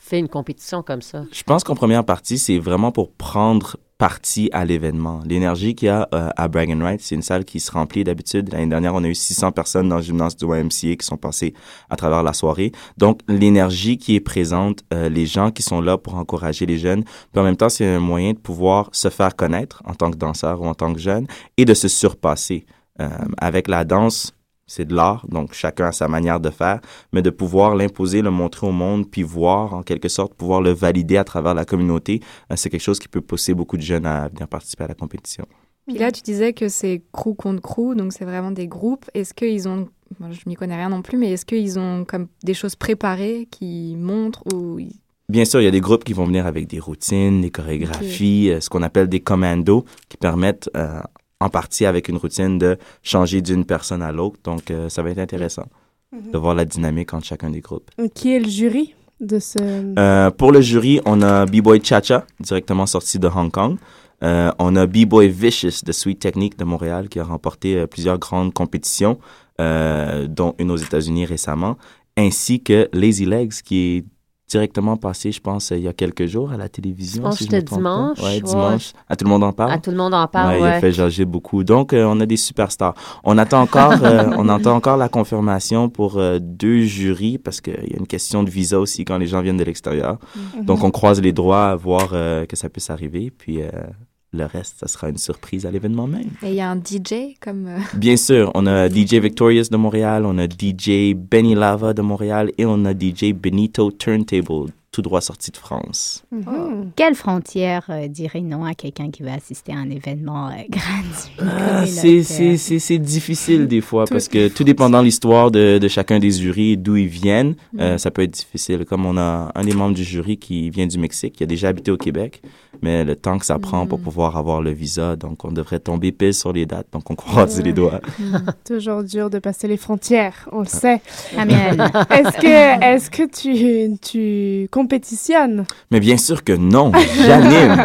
fait une compétition comme ça? Je pense qu'en première partie, c'est vraiment pour prendre partie à l'événement. L'énergie qu'il y a euh, à Bragg and Wright, c'est une salle qui se remplit d'habitude. L'année dernière, on a eu six cents personnes dans le gymnase du Y M C A qui sont passées à travers la soirée. Donc, l'énergie qui est présente, euh, les gens qui sont là pour encourager les jeunes, puis en même temps, c'est un moyen de pouvoir se faire connaître en tant que danseur ou en tant que jeune et de se surpasser. Euh, avec la danse, c'est de l'art, donc chacun a sa manière de faire, mais de pouvoir l'imposer, le montrer au monde, puis voir, en quelque sorte, pouvoir le valider à travers la communauté, euh, c'est quelque chose qui peut pousser beaucoup de jeunes à venir participer à la compétition. Puis là, tu disais que c'est crew contre crew, donc c'est vraiment des groupes. Est-ce qu'ils ont, bon, je m'y connais rien non plus, mais est-ce qu'ils ont comme des choses préparées qui montrent ou... Bien sûr, il y a des groupes qui vont venir avec des routines, des chorégraphies, okay. euh, ce qu'on appelle des commandos, qui permettent... Euh, en partie avec une routine de changer d'une personne à l'autre. Donc, euh, ça va être intéressant mm-hmm. de voir la dynamique entre chacun des groupes. Qui est le jury de ce... Euh, pour le jury, on a B-Boy Cha-Cha, directement sorti de Hong Kong. Euh, on a B-Boy Vicious de Sweet Technique de Montréal, qui a remporté euh, plusieurs grandes compétitions, euh, dont une aux États-Unis récemment, ainsi que Lazy Legs, qui est directement passé, je pense, il y a quelques jours à la télévision. Je pense si que c'était dimanche. Oui, dimanche. Ouais. À Tout le monde en parle. À Tout le monde en parle, ouais. ouais. Il a fait jaser beaucoup. Donc, euh, on a des superstars. On attend encore, euh, on attend encore la confirmation pour euh, deux jurys parce qu'il y a une question de visa aussi quand les gens viennent de l'extérieur. Mm-hmm. Donc, on croise les doigts à voir euh, que ça puisse arriver. Puis, euh, le reste, ça sera une surprise à l'événement même. Et il y a un D J comme... Euh... Bien sûr, on a D J Victorious de Montréal, on a D J Benny Lava de Montréal et on a D J Benito Turntable, tout droit sorti de France. Mm-hmm. Quelle frontière euh, dirait non à quelqu'un qui veut assister à un événement euh, gratuit? Ah, c'est, c'est, c'est, c'est difficile des fois parce que tout dépendant de l'histoire de, de chacun des jurys, d'où ils viennent, mm. euh, ça peut être difficile. Comme on a un des membres du jury qui vient du Mexique, qui a déjà habité au Québec, mais le temps que ça prend mm. pour pouvoir avoir le visa, donc on devrait tomber pile sur les dates, donc on croise ouais. les doigts. Mm. Toujours dur de passer les frontières, on le sait. Amen. Est-ce que, est-ce que tu, tu compétitionnes? Mais bien sûr que non, j'anime.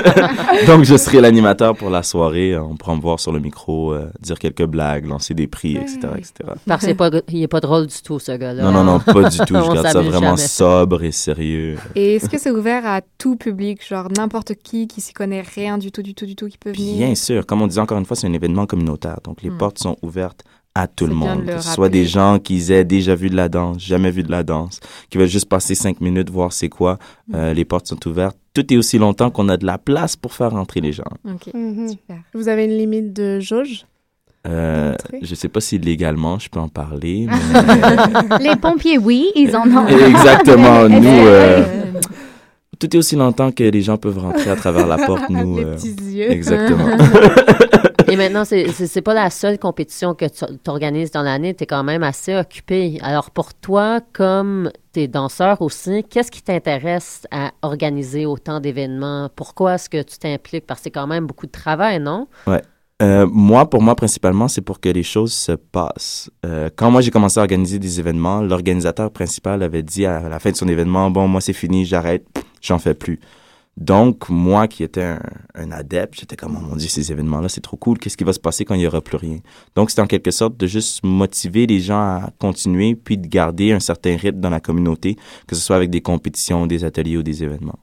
Donc je serai l'animateur pour la soirée. On pourra me voir sur le micro, euh, dire quelques blagues, lancer des prix, et cetera, et cetera. Parce qu'il n'est pas, pas drôle du tout, ce gars-là. Non, non, non, pas du tout. Je garde ça vraiment jamais. sobre et sérieux. Et est-ce que c'est ouvert à tout public, genre n'importe qui qui s'y connaît rien du tout, du tout, du tout, qui peut venir? Bien sûr. Comme on disait encore une fois, c'est un événement communautaire. Donc les mm. portes sont ouvertes à tout c'est le monde. Que ce soit des gens qui aient déjà vu de la danse, jamais vu de la danse, qui veulent juste passer cinq minutes, voir c'est quoi. Mm. Euh, les portes sont ouvertes. Tout est aussi longtemps qu'on a de la place pour faire rentrer les gens. OK, mm-hmm. super. Vous Vous avez une limite de jauge? Euh, je sais pas si légalement je peux en parler. Mais... Les pompiers, oui, ils en ont. Exactement. Nous, euh, tout est aussi longtemps que les gens peuvent rentrer à travers la porte. Nous, les euh, petits yeux. Exactement. Et maintenant, c'est, c'est, c'est pas la seule compétition que tu organises dans l'année. Tu es quand même assez occupé. Alors, pour toi, comme t'es danseur aussi, qu'est-ce qui t'intéresse à organiser autant d'événements? Pourquoi est-ce que tu t'impliques? Parce que c'est quand même beaucoup de travail, non? Ouais. Euh, moi, pour moi, principalement, c'est pour que les choses se passent. Euh, quand moi, j'ai commencé à organiser des événements, l'organisateur principal avait dit à la fin de son événement, « Bon, moi, c'est fini, j'arrête, j'en fais plus. » Donc, moi qui étais un, un adepte, j'étais comme, oh mon Dieu, ces événements-là, c'est trop cool. Qu'est-ce qui va se passer quand il n'y aura plus rien? Donc, c'était en quelque sorte de juste motiver les gens à continuer, puis de garder un certain rythme dans la communauté, que ce soit avec des compétitions, des ateliers ou des événements.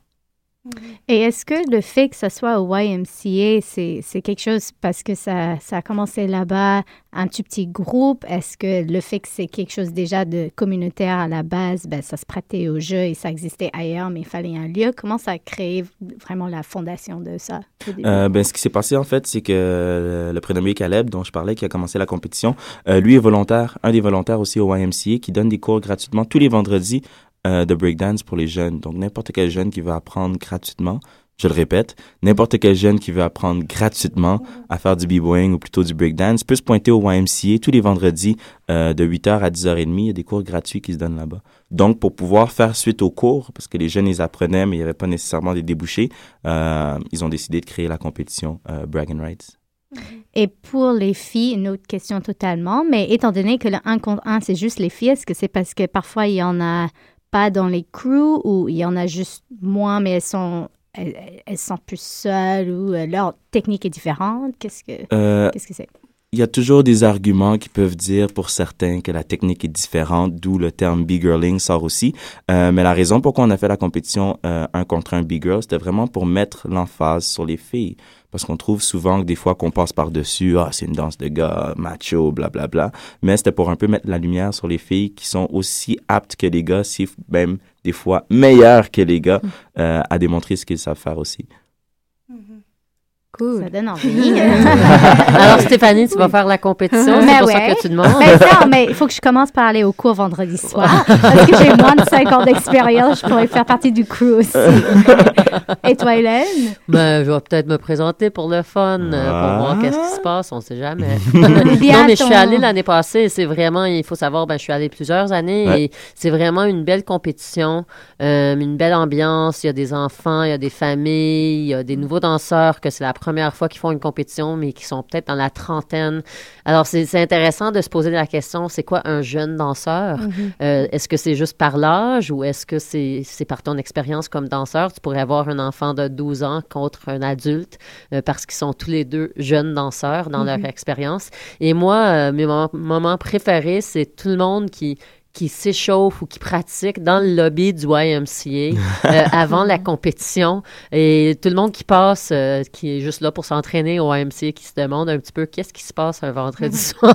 Et est-ce que le fait que ça soit au Y M C A, c'est, c'est quelque chose parce que ça, ça a commencé là-bas, un tout petit groupe? Est-ce que le fait que c'est quelque chose déjà de communautaire à la base, ben, ça se prêtait au jeu et ça existait ailleurs, mais il fallait un lieu? Comment ça a créé vraiment la fondation de ça? Euh, ben, ce qui s'est passé, en fait, c'est que le prénommé Caleb, dont je parlais, qui a commencé la compétition, euh, lui est volontaire, un des volontaires aussi au Y M C A, qui donne des cours gratuitement tous les vendredis Euh, de breakdance pour les jeunes. Donc, n'importe quel jeune qui veut apprendre gratuitement, je le répète, n'importe quel jeune qui veut apprendre gratuitement à faire du b-boying ou plutôt du breakdance peut se pointer au Y M C A tous les vendredis euh, de huit heures à dix heures trente. Il y a des cours gratuits qui se donnent là-bas. Donc, pour pouvoir faire suite aux cours, parce que les jeunes, ils apprenaient, mais il n'y avait pas nécessairement des débouchés, euh, ils ont décidé de créer la compétition euh, Bragg and Wright. Et pour les filles, une autre question totalement, mais étant donné que le un contre un, c'est juste les filles, est-ce que c'est parce que parfois il y en a pas dans les crews ou il y en a juste moins, mais elles sont, elles, elles sont plus seules ou euh, leur technique est différente? Qu'est-ce que, euh, qu'est-ce que c'est? il y a toujours des arguments qui peuvent dire pour certains que la technique est différente, d'où le terme B-girling sort aussi. Euh, mais la raison pourquoi on a fait la compétition euh, un contre un B-girl, c'était vraiment pour mettre l'emphase sur les filles. Parce qu'on trouve souvent que des fois qu'on passe par-dessus, ah, c'est une danse de gars, macho, blablabla. Bla, bla. Mais c'était pour un peu mettre la lumière sur les filles qui sont aussi aptes que les gars, si même des fois meilleures que les gars, euh, à démontrer ce qu'ils savent faire aussi. Cool. Ça donne envie. Alors, Stéphanie, tu vas faire la compétition. C'est mais pour ouais. ça que tu demandes. Mais non, mais il faut que je commence par aller au cours vendredi soir. Parce que j'ai moins de cinq ans d'expérience. Je pourrais faire partie du crew aussi. Et toi, Hélène? Ben, je vais peut-être me présenter pour le fun, euh, Ah. pour voir qu'est-ce qui se passe. On ne sait jamais. Bien non, mais je suis ton- allée l'année passée. C'est vraiment, il faut savoir, ben, je suis allée plusieurs années Ouais. et c'est vraiment une belle compétition, euh, une belle ambiance. Il y a des enfants, il y a des familles, il y a des nouveaux danseurs que c'est la première fois qu'ils font une compétition, mais qui sont peut-être dans la trentaine. Alors, c'est, c'est intéressant de se poser la question, c'est quoi un jeune danseur? Mhm. Euh, est-ce que c'est juste par l'âge ou est-ce que c'est, c'est par ton expérience comme danseur? Tu pourrais avoir un enfant de douze ans contre un adulte euh, parce qu'ils sont tous les deux jeunes danseurs dans leur expérience. Et moi, euh, mes moments, moments préférés, c'est tout le monde qui qui s'échauffe ou qui pratique dans le lobby du Y M C A euh, avant la compétition. Et tout le monde qui passe, euh, qui est juste là pour s'entraîner au Y M C A, qui se demande un petit peu qu'est-ce qui se passe un vendredi soir.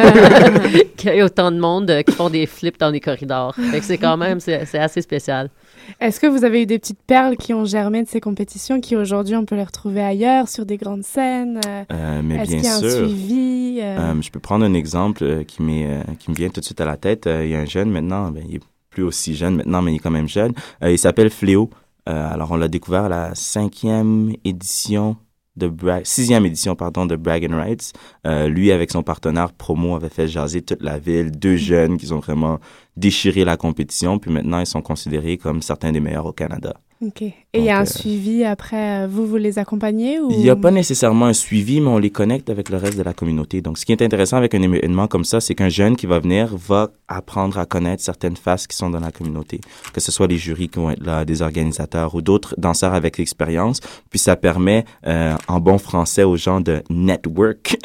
Qu'il y ait autant de monde euh, qui font des flips dans les corridors. Fait que c'est quand même, c'est, c'est assez spécial. Est-ce que vous avez eu des petites perles qui ont germé de ces compétitions qui aujourd'hui on peut les retrouver ailleurs sur des grandes scènes? Euh, Euh, mais Est-ce bien qu'il y a sûr. un suivi? euh, Euh, je peux prendre un exemple euh, qui, m'est, euh, qui me vient tout de suite à la tête. Euh, il y a un jeune maintenant, ben, il est plus aussi jeune maintenant, mais il est quand même jeune. Euh, il s'appelle Fléau. Euh, alors, on l'a découvert à la cinquième édition de Bra- sixième édition, pardon, de Brag and Rights. Euh, lui, avec son partenaire promo, avait fait jaser toute la ville. Deux jeunes qui ont vraiment déchiré la compétition. Puis maintenant, ils sont considérés comme certains des meilleurs au Canada. OK. Et il y a Donc, un euh, suivi après, euh, vous, vous les accompagnez ou... Il n'y a pas nécessairement un suivi, mais on les connecte avec le reste de la communauté. Donc, ce qui est intéressant avec un événement comme ça, c'est qu'un jeune qui va venir va apprendre à connaître certaines faces qui sont dans la communauté, que ce soit les jurys qui vont être là, des organisateurs ou d'autres danseurs avec l'expérience. Puis ça permet, euh, en bon français, aux gens de network,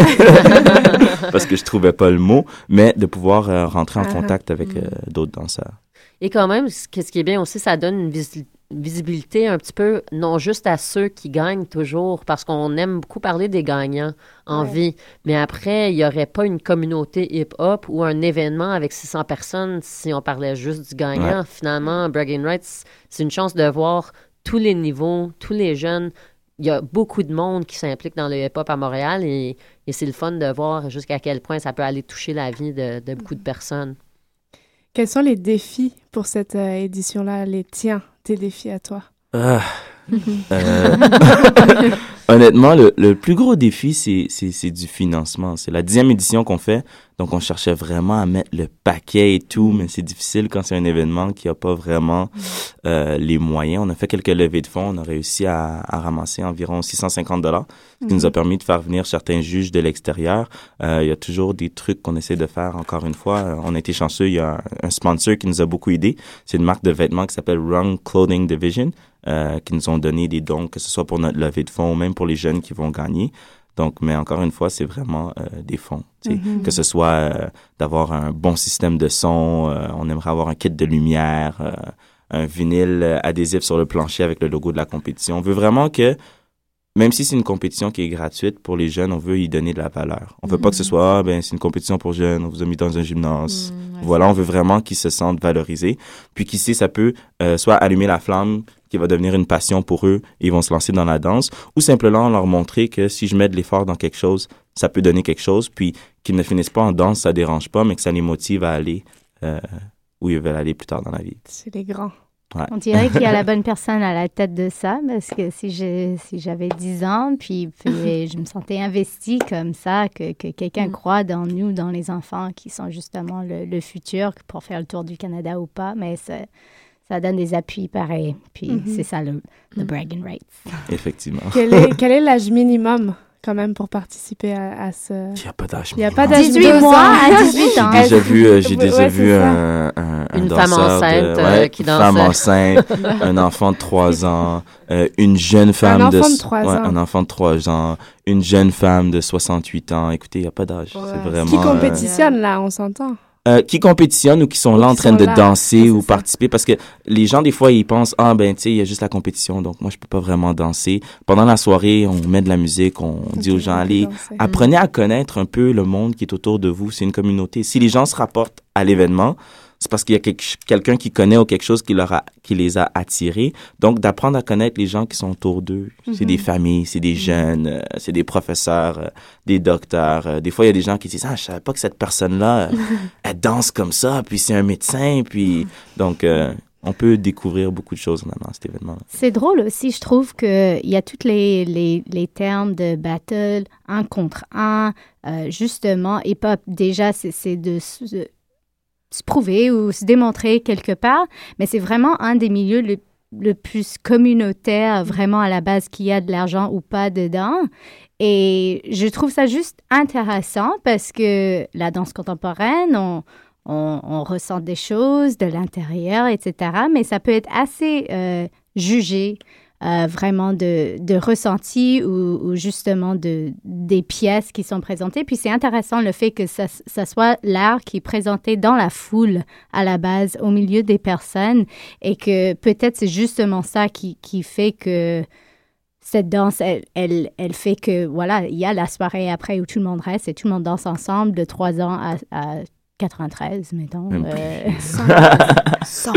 parce que je trouvais pas le mot, mais de pouvoir euh, rentrer en contact avec euh, d'autres danseurs. Et quand même, ce qui ce qui est bien aussi, ça donne une visi- visibilité un petit peu, non juste à ceux qui gagnent toujours, parce qu'on aime beaucoup parler des gagnants en Ouais. vie, mais après, il n'y aurait pas une communauté hip-hop ou un événement avec six cents personnes si on parlait juste du gagnant. Ouais. Finalement, Brag and Rights, c'est une chance de voir tous les niveaux, tous les jeunes. Il y a beaucoup de monde qui s'implique dans le hip-hop à Montréal et, et c'est le fun de voir jusqu'à quel point ça peut aller toucher la vie de, de beaucoup de personnes. Quels sont les défis pour cette euh, édition-là, les tiens, tes défis à toi? Ah. Euh, honnêtement, le, le plus gros défi, c'est, c'est, c'est du financement. C'est la dixième édition qu'on fait, donc on cherchait vraiment à mettre le paquet et tout, mais c'est difficile quand c'est un événement qui n'a pas vraiment euh, les moyens. On a fait quelques levées de fonds, on a réussi à, à ramasser environ six cent cinquante dollars, ce qui nous a permis de faire venir certains juges de l'extérieur. Euh, il y a toujours des trucs qu'on essaie de faire, encore une fois. Euh, on a été chanceux, il y a un, un sponsor qui nous a beaucoup aidé. C'est une marque de vêtements qui s'appelle Rung Clothing Division, euh, qui nous ont donné des dons, que ce soit pour notre levée de fonds ou même pour les jeunes qui vont gagner. Donc, mais encore une fois, c'est vraiment euh, des fonds. tu sais. Mhm. Que ce soit euh, d'avoir un bon système de son, euh, on aimerait avoir un kit de lumière, euh, un vinyle euh, adhésif sur le plancher avec le logo de la compétition. On veut vraiment que, même si c'est une compétition qui est gratuite pour les jeunes, on veut y donner de la valeur. On veut pas que ce soit, ah, ben, c'est une compétition pour jeunes, on vous a mis dans un gymnase. Mm, ouais, Voilà, on veut vraiment qu'ils se sentent valorisés. Puis qui sait, ça peut euh, soit allumer la flamme qui va devenir une passion pour eux et ils vont se lancer dans la danse, ou simplement leur montrer que si je mets de l'effort dans quelque chose, ça peut donner quelque chose, puis qu'ils ne finissent pas en danse, ça dérange pas, mais que ça les motive à aller euh, où ils veulent aller plus tard dans la vie. C'est les grands. Ouais. On dirait qu'il y a la bonne personne à la tête de ça, parce que si, je, si j'avais dix ans, puis, puis je me sentais investie comme ça, que, que quelqu'un Mm. croit dans nous, dans les enfants qui sont justement le, le futur, pour faire le tour du Canada ou pas, mais ça, ça donne des appuis pareils. Puis Mhm. c'est ça le, le Brag and Rights. Effectivement. Quel est, quel est l'âge minimum quand même pour participer à, à ce... Il n'y a pas d'âge. Il n'y a pas d'âge. dix-huit mois à dix-huit ans. J'ai déjà vu, euh, j'ai déjà Ouais, vu c'est ça. un, un, un Une danseur femme enceinte, de, euh, ouais, qui une dansait. femme enceinte, un enfant de trois ans, euh, une jeune femme Un de, enfant de trois ouais, ans. un enfant de trois ans, une jeune femme de soixante-huit ans. Écoutez, il n'y a pas d'âge. Ouais. C'est vraiment. Qui euh, compétitionne, là, on s'entend. Euh, qui compétitionnent ou qui sont Ou là qui en train sont de là. danser Ouais, ou c'est ça. participer, parce que les gens des fois ils pensent ah ben tu sais il y a juste la compétition donc moi je peux pas vraiment danser. Pendant la soirée on met de la musique, on dit aux gens allez apprenez à connaître un peu le monde qui est autour de vous, c'est une communauté. Si les gens se rapportent à l'événement, c'est parce qu'il y a quelque, quelqu'un qui connaît ou quelque chose qui leur a, qui les a attirés. Donc, d'apprendre à connaître les gens qui sont autour d'eux. Mm-hmm. C'est des familles, c'est des jeunes, euh, c'est des professeurs, euh, des docteurs. Euh, des fois, il y a des gens qui disent, ah, je savais pas que cette personne-là, euh, elle danse comme ça, puis c'est un médecin, puis donc, euh, on peut découvrir beaucoup de choses dans cet événement. C'est drôle aussi, je trouve qu'il y a tous les, les, les termes de battle, un contre un, euh, justement, hip-hop, déjà, c'est, c'est de... de se prouver ou se démontrer quelque part, mais c'est vraiment un des milieux le, le plus communautaire, vraiment à la base, qu'il y a de l'argent ou pas dedans. Et je trouve ça juste intéressant parce que la danse contemporaine, on, on, on ressent des choses de l'intérieur, et cetera, mais ça peut être assez euh, jugé. Euh, vraiment de, de ressenti ou, ou justement de, des pièces qui sont présentées. Puis c'est intéressant le fait que ça, ça soit l'art qui est présenté dans la foule à la base, au milieu des personnes, et que peut-être c'est justement ça qui, qui fait que cette danse, elle, elle, elle fait que, voilà, il y a la soirée après où tout le monde reste et tout le monde danse ensemble de trois ans à, à quatre-vingt-treize, mettons. Euh... cent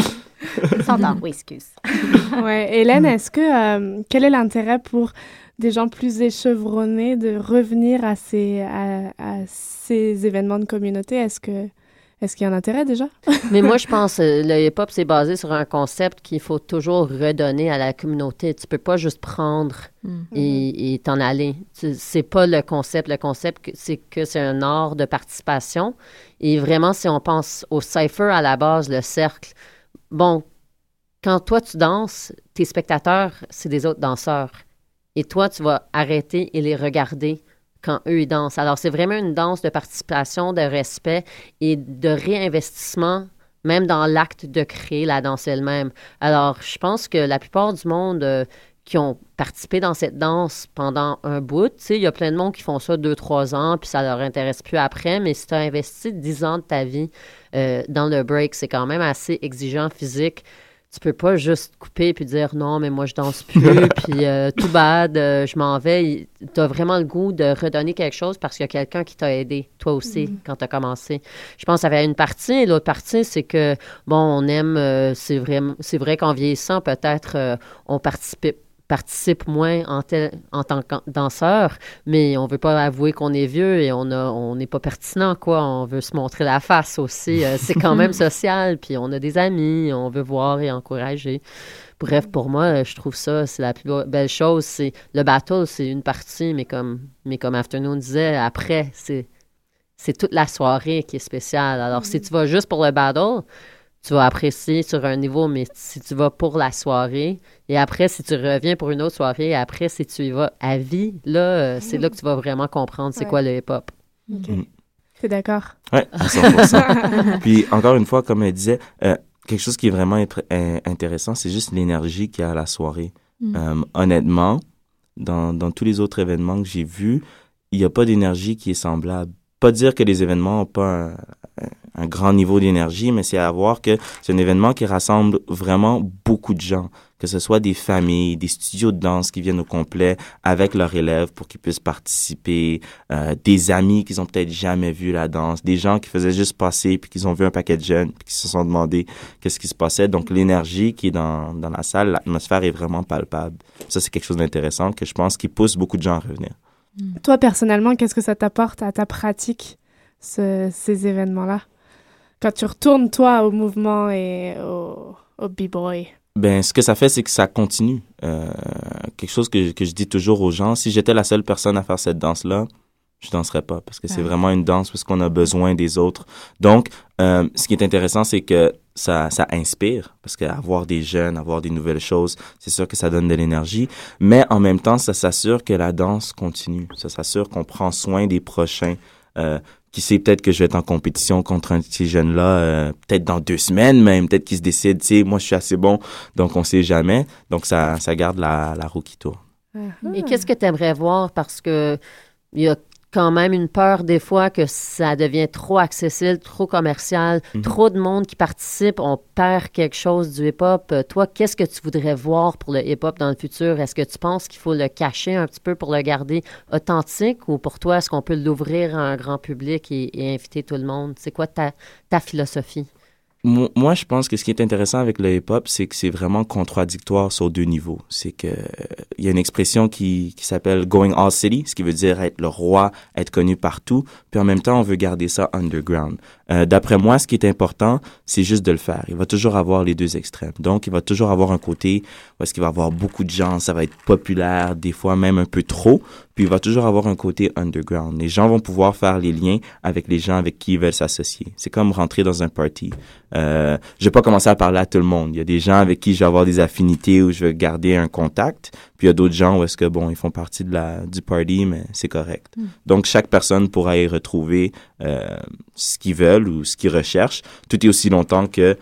ans, oui, excuse. Ouais, Hélène, est-ce que, euh, quel est l'intérêt pour des gens plus échevronnés de revenir à ces, à, à ces événements de communauté? Est-ce que, est-ce qu'il y a un intérêt déjà? Mais moi, je pense que le hip-hop, c'est basé sur un concept qu'il faut toujours redonner à la communauté. Tu peux pas juste prendre mm. et, et t'en aller. C'est pas le concept. Le concept, c'est que c'est un art de participation. Et vraiment, si on pense au cypher à la base, le cercle, bon, quand toi, tu danses, tes spectateurs, c'est des autres danseurs. Et toi, tu vas arrêter et les regarder quand eux, ils dansent. Alors, c'est vraiment une danse de participation, de respect et de réinvestissement, même dans l'acte de créer la danse elle-même. Alors, je pense que la plupart du monde euh, qui ont participé dans cette danse pendant un bout, tu sais, il y a plein de monde qui font ça deux, trois ans, puis ça leur intéresse plus après, mais si tu as investi dix ans de ta vie euh, dans le break, c'est quand même assez exigeant physique. Tu peux pas juste couper puis dire non, mais moi je danse plus, puis euh, tout bad, euh, je m'en vais. Tu as vraiment le goût de redonner quelque chose parce qu'il y a quelqu'un qui t'a aidé, toi aussi, mm. quand tu as commencé. Je pense que ça avait une partie, et l'autre partie, c'est que, bon, on aime, euh, c'est vrai, c'est vrai qu'en vieillissant, peut-être, euh, on participe participe moins en, tel, en tant que danseur, mais on veut pas avouer qu'on est vieux et on a, on n'est pas pertinent, quoi. On veut se montrer la face aussi. Euh, c'est quand même social, puis on a des amis, on veut voir et encourager. Bref, pour moi, je trouve ça, c'est la plus belle chose. C'est, le battle, c'est une partie, mais comme, mais comme Afternoon disait, après, c'est, c'est toute la soirée qui est spéciale. Alors, mm-hmm. si tu vas juste pour le battle, tu vas apprécier sur un niveau, mais si tu vas pour la soirée, et après, si tu reviens pour une autre soirée, et après, si tu y vas à vie, là, euh, c'est là que tu vas vraiment comprendre c'est ouais. quoi le hip-hop. OK. Mm. T'es d'accord? Oui, à cent pour cent. Puis, encore une fois, comme elle disait, euh, quelque chose qui est vraiment int- intéressant, c'est juste l'énergie qu'il y a à la soirée. Mm. Euh, honnêtement, dans, dans tous les autres événements que j'ai vus, il n'y a pas d'énergie qui est semblable. Pas dire que les événements n'ont pas un, un grand niveau d'énergie, mais c'est à voir que c'est un événement qui rassemble vraiment beaucoup de gens, que ce soit des familles, des studios de danse qui viennent au complet avec leurs élèves pour qu'ils puissent participer, euh, des amis qui ont peut-être jamais vu la danse, des gens qui faisaient juste passer puis qui ont vu un paquet de jeunes puis qui se sont demandé qu'est-ce qui se passait. Donc l'énergie qui est dans, dans la salle, l'atmosphère est vraiment palpable. Ça, c'est quelque chose d'intéressant que je pense qui pousse beaucoup de gens à revenir. Toi, personnellement, qu'est-ce que ça t'apporte à ta pratique, ce, ces événements-là? Quand tu retournes, toi, au mouvement et au, au b-boy? Ben, ce que ça fait, c'est que ça continue. Euh, quelque chose que, que je dis toujours aux gens, si j'étais la seule personne à faire cette danse-là, je danserais pas parce que c'est ah. vraiment une danse parce qu'on a besoin des autres. Donc, euh, ce qui est intéressant, c'est que ça, ça inspire, parce qu'avoir des jeunes, avoir des nouvelles choses, c'est sûr que ça donne de l'énergie, mais en même temps, ça s'assure que la danse continue, ça s'assure qu'on prend soin des prochains. Euh, qui sait, peut-être que je vais être en compétition contre un de ces jeunes-là, euh, peut-être dans deux semaines même, peut-être qu'ils se décident, tu sais, moi je suis assez bon, donc on sait jamais, donc ça, ça garde la, la roue qui tourne. Et qu'est-ce que tu aimerais voir, parce que il y a quand même une peur des fois que ça devient trop accessible, trop commercial, mm-hmm. trop de monde qui participe, on perd quelque chose du hip-hop. Toi, qu'est-ce que tu voudrais voir pour le hip-hop dans le futur? Est-ce que tu penses qu'il faut le cacher un petit peu pour le garder authentique, ou pour toi, est-ce qu'on peut l'ouvrir à un grand public et, et inviter tout le monde? C'est quoi ta, ta philosophie? Moi, je pense que ce qui est intéressant avec le hip-hop, c'est que c'est vraiment contradictoire sur deux niveaux. C'est que il euh, y a une expression qui, qui s'appelle « going all city », ce qui veut dire être le roi, être connu partout, puis en même temps, on veut garder ça underground. Euh, d'après moi, ce qui est important, c'est juste de le faire. Il va toujours avoir les deux extrêmes. Donc, il va toujours avoir un côté où est-ce qu'il va avoir beaucoup de gens, ça va être populaire, des fois même un peu trop, puis il va toujours avoir un côté underground. Les gens vont pouvoir faire les liens avec les gens avec qui ils veulent s'associer. C'est comme rentrer dans un party. Euh, je vais pas commencer à parler à tout le monde. Il y a des gens avec qui je vais avoir des affinités, où je vais garder un contact, puis il y a d'autres gens où est-ce que, bon, ils font partie de la, du party, mais c'est correct. Mm. Donc, chaque personne pourra y retrouver euh, ce qu'ils veulent ou ce qu'ils recherchent, tout est aussi longtemps que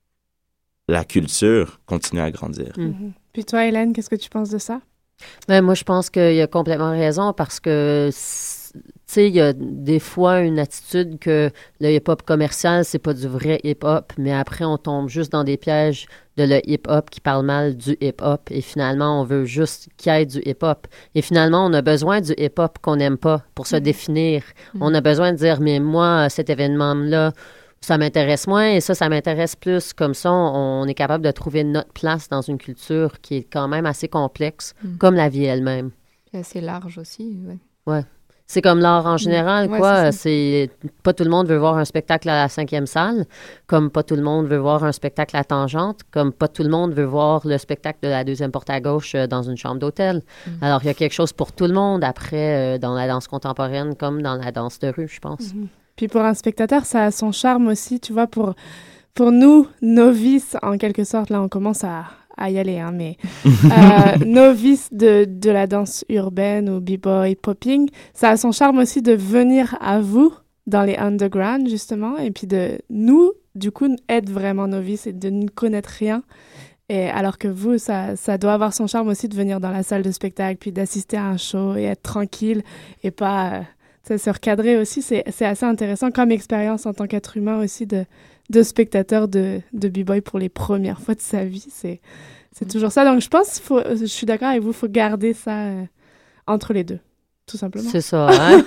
la culture continue à grandir. Mm-hmm. Puis toi, Hélène, qu'est-ce que tu penses de ça? Ben, moi, je pense qu'il a complètement raison, parce que, tu sais, il y a des fois une attitude que le hip-hop commercial, c'est pas du vrai hip-hop, mais après, on tombe juste dans des pièges de le hip-hop qui parle mal du hip-hop, et finalement, on veut juste qu'il y ait du hip-hop. Et finalement, on a besoin du hip-hop qu'on n'aime pas pour se mm-hmm. définir. Mm-hmm. On a besoin de dire, mais moi, cet événement-là, ça m'intéresse moins, et ça, ça m'intéresse plus. Comme ça, on, on est capable de trouver notre place dans une culture qui est quand même assez complexe, mm. comme la vie elle-même. Et assez large aussi, oui. Ouais. C'est comme l'art en général, ouais, quoi. C'est, c'est pas tout le monde veut voir un spectacle à la cinquième salle, comme pas tout le monde veut voir un spectacle à Tangente, comme pas tout le monde veut voir le spectacle de la deuxième porte à gauche euh, dans une chambre d'hôtel. Mm. Alors, il y a quelque chose pour tout le monde après, euh, dans la danse contemporaine comme dans la danse de rue, je pense. Mm-hmm. Puis pour un spectateur, ça a son charme aussi, tu vois, pour, pour nous, novices, en quelque sorte, là, on commence à, à y aller, hein, mais euh, novices de, de la danse urbaine ou b-boy, popping, ça a son charme aussi de venir à vous dans les underground, justement, et puis de nous, du coup, être vraiment novices et de ne connaître rien. Et alors que vous, ça, ça doit avoir son charme aussi de venir dans la salle de spectacle, puis d'assister à un show et être tranquille et pas... Euh, se recadrer aussi, c'est, c'est assez intéressant comme expérience en tant qu'être humain aussi de, de spectateur de, de b-boy pour les premières fois de sa vie. C'est, c'est toujours ça. Donc, je pense, faut, je suis d'accord avec vous, il faut garder ça euh, entre les deux, tout simplement. C'est ça, hein?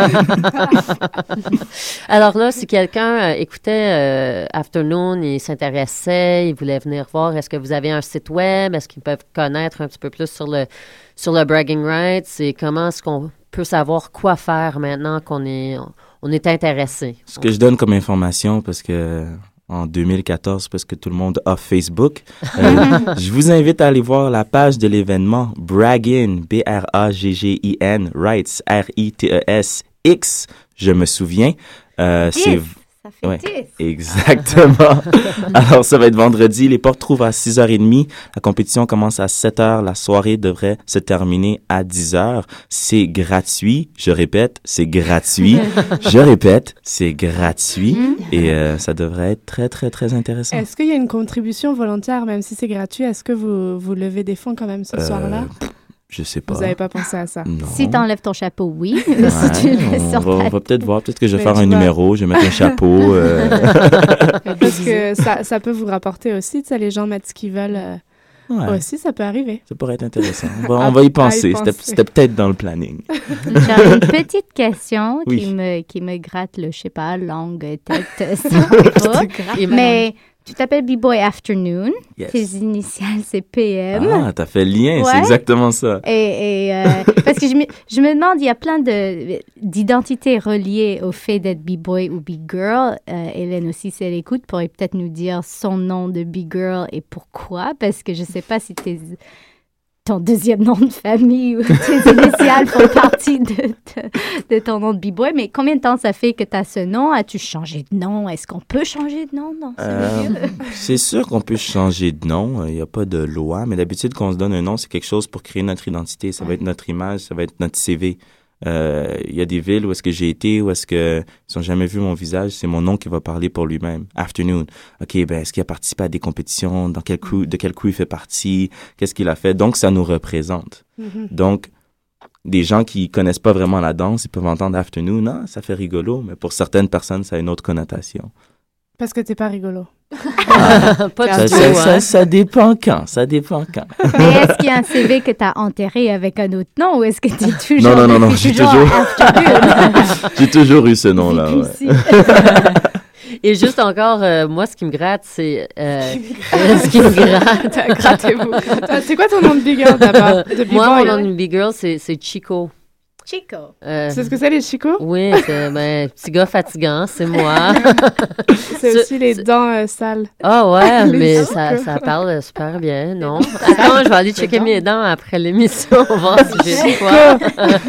Alors là, si quelqu'un euh, écoutait euh, Afternoon, il s'intéressait, il voulait venir voir, est-ce que vous avez un site web? Est-ce qu'ils peuvent connaître un petit peu plus sur le, sur le bragging rights? Et comment est-ce qu'on peut savoir quoi faire maintenant qu'on est, on est intéressé? Ce que je donne comme information, parce que en deux mille quatorze, parce que tout le monde a Facebook, euh, je vous invite à aller voir la page de l'événement Braggin, B R A G G I N, Rights, R I T E S, X, je me souviens. Euh, c'est Ça fait ouais, dix. Exactement. Alors, ça va être vendredi. Les portes trouvent à six heures trente. La compétition commence à sept heures. La soirée devrait se terminer à dix heures. C'est gratuit. Je répète, c'est gratuit. Je répète, c'est gratuit. Et euh, ça devrait être très, très, très intéressant. Est-ce qu'il y a une contribution volontaire, même si c'est gratuit? Est-ce que vous, vous levez des fonds quand même ce euh... soir-là? Je sais pas. Vous n'avez pas pensé à ça? Non. Si tu enlèves ton chapeau, oui. Ouais, si tu le mets sur on, va, ta... on va peut-être voir. Peut-être que je vais Mais faire un vas... numéro. Je vais mettre un chapeau. Euh... Parce que ça, ça peut vous rapporter aussi. Tu sais, les gens mettent ce qu'ils veulent. Euh, ouais. Aussi, ça peut arriver. Ça pourrait être intéressant. On va, on va y penser. Y penser. C'était, c'était peut-être dans le planning. J'ai une petite question oui. qui, me, qui me gratte le, je sais pas, langue, tête, cerveau. Mais... Tu t'appelles B-Boy Afternoon. Yes. Tes initiales, c'est P M. Ah, t'as fait le lien, ouais. C'est exactement ça. Et, et euh, parce que je me, je me demande, il y a plein de, d'identités reliées au fait d'être B-Boy ou B-Girl. Euh, Hélène aussi, si elle écoute, pourrait peut-être nous dire son nom de B-Girl et pourquoi. Parce que je sais pas si tes, ton deuxième nom de famille ou tes initiales font partie de, de, de ton nom de b-boy. Mais combien de temps ça fait que tu as ce nom? As-tu changé de nom? Est-ce qu'on peut changer de nom dans ce Euh, milieu? c'est sûr qu'on peut changer de nom. Il n'y a pas de loi, mais d'habitude, quand on se donne un nom, c'est quelque chose pour créer notre identité. Ça va être notre image, ça va être notre C V. Euh, il y a des villes où est-ce que j'ai été, où est-ce que ils n'ont jamais vu mon visage, c'est mon nom qui va parler pour lui-même. Afternoon. OK, ben, est-ce qu'il a participé à des compétitions? Dans quel crew, de quel crew il fait partie? Qu'est-ce qu'il a fait? Donc, ça nous représente. Mhm. Donc, des gens qui connaissent pas vraiment la danse, ils peuvent entendre Afternoon. Non, ça fait rigolo, mais pour certaines personnes, ça a une autre connotation. Parce que t'es pas rigolo. Pas Ça, du tout, ça, hein. ça, ça dépend quand, ça dépend quand. Mais est-ce qu'il y a un C V que tu as enterré avec un autre nom ou est-ce que tu es toujours... Non, non, non, non, t'es j'ai toujours toujours- Afternoon? J'ai toujours eu ce nom-là, ouais. Ici. Et juste encore, euh, moi, ce qui me gratte, c'est... euh, euh, ce qui me gratte... Grattez-vous. Toi, c'est quoi ton nom de big girl d'abord? De Moi, mon b-boy? nom de big girl, c'est, c'est Chico. Chico. Euh, C'est ce que c'est, les chicots? oui, c'est ben, petit gars fatigant, c'est moi. C'est Ce- aussi les ce- dents euh, sales. Ah ouais, Les mais chicots. ça, ça parle super bien, non? Attends, je vais aller checker mes dents après l'émission, voir si j'ai de quoi.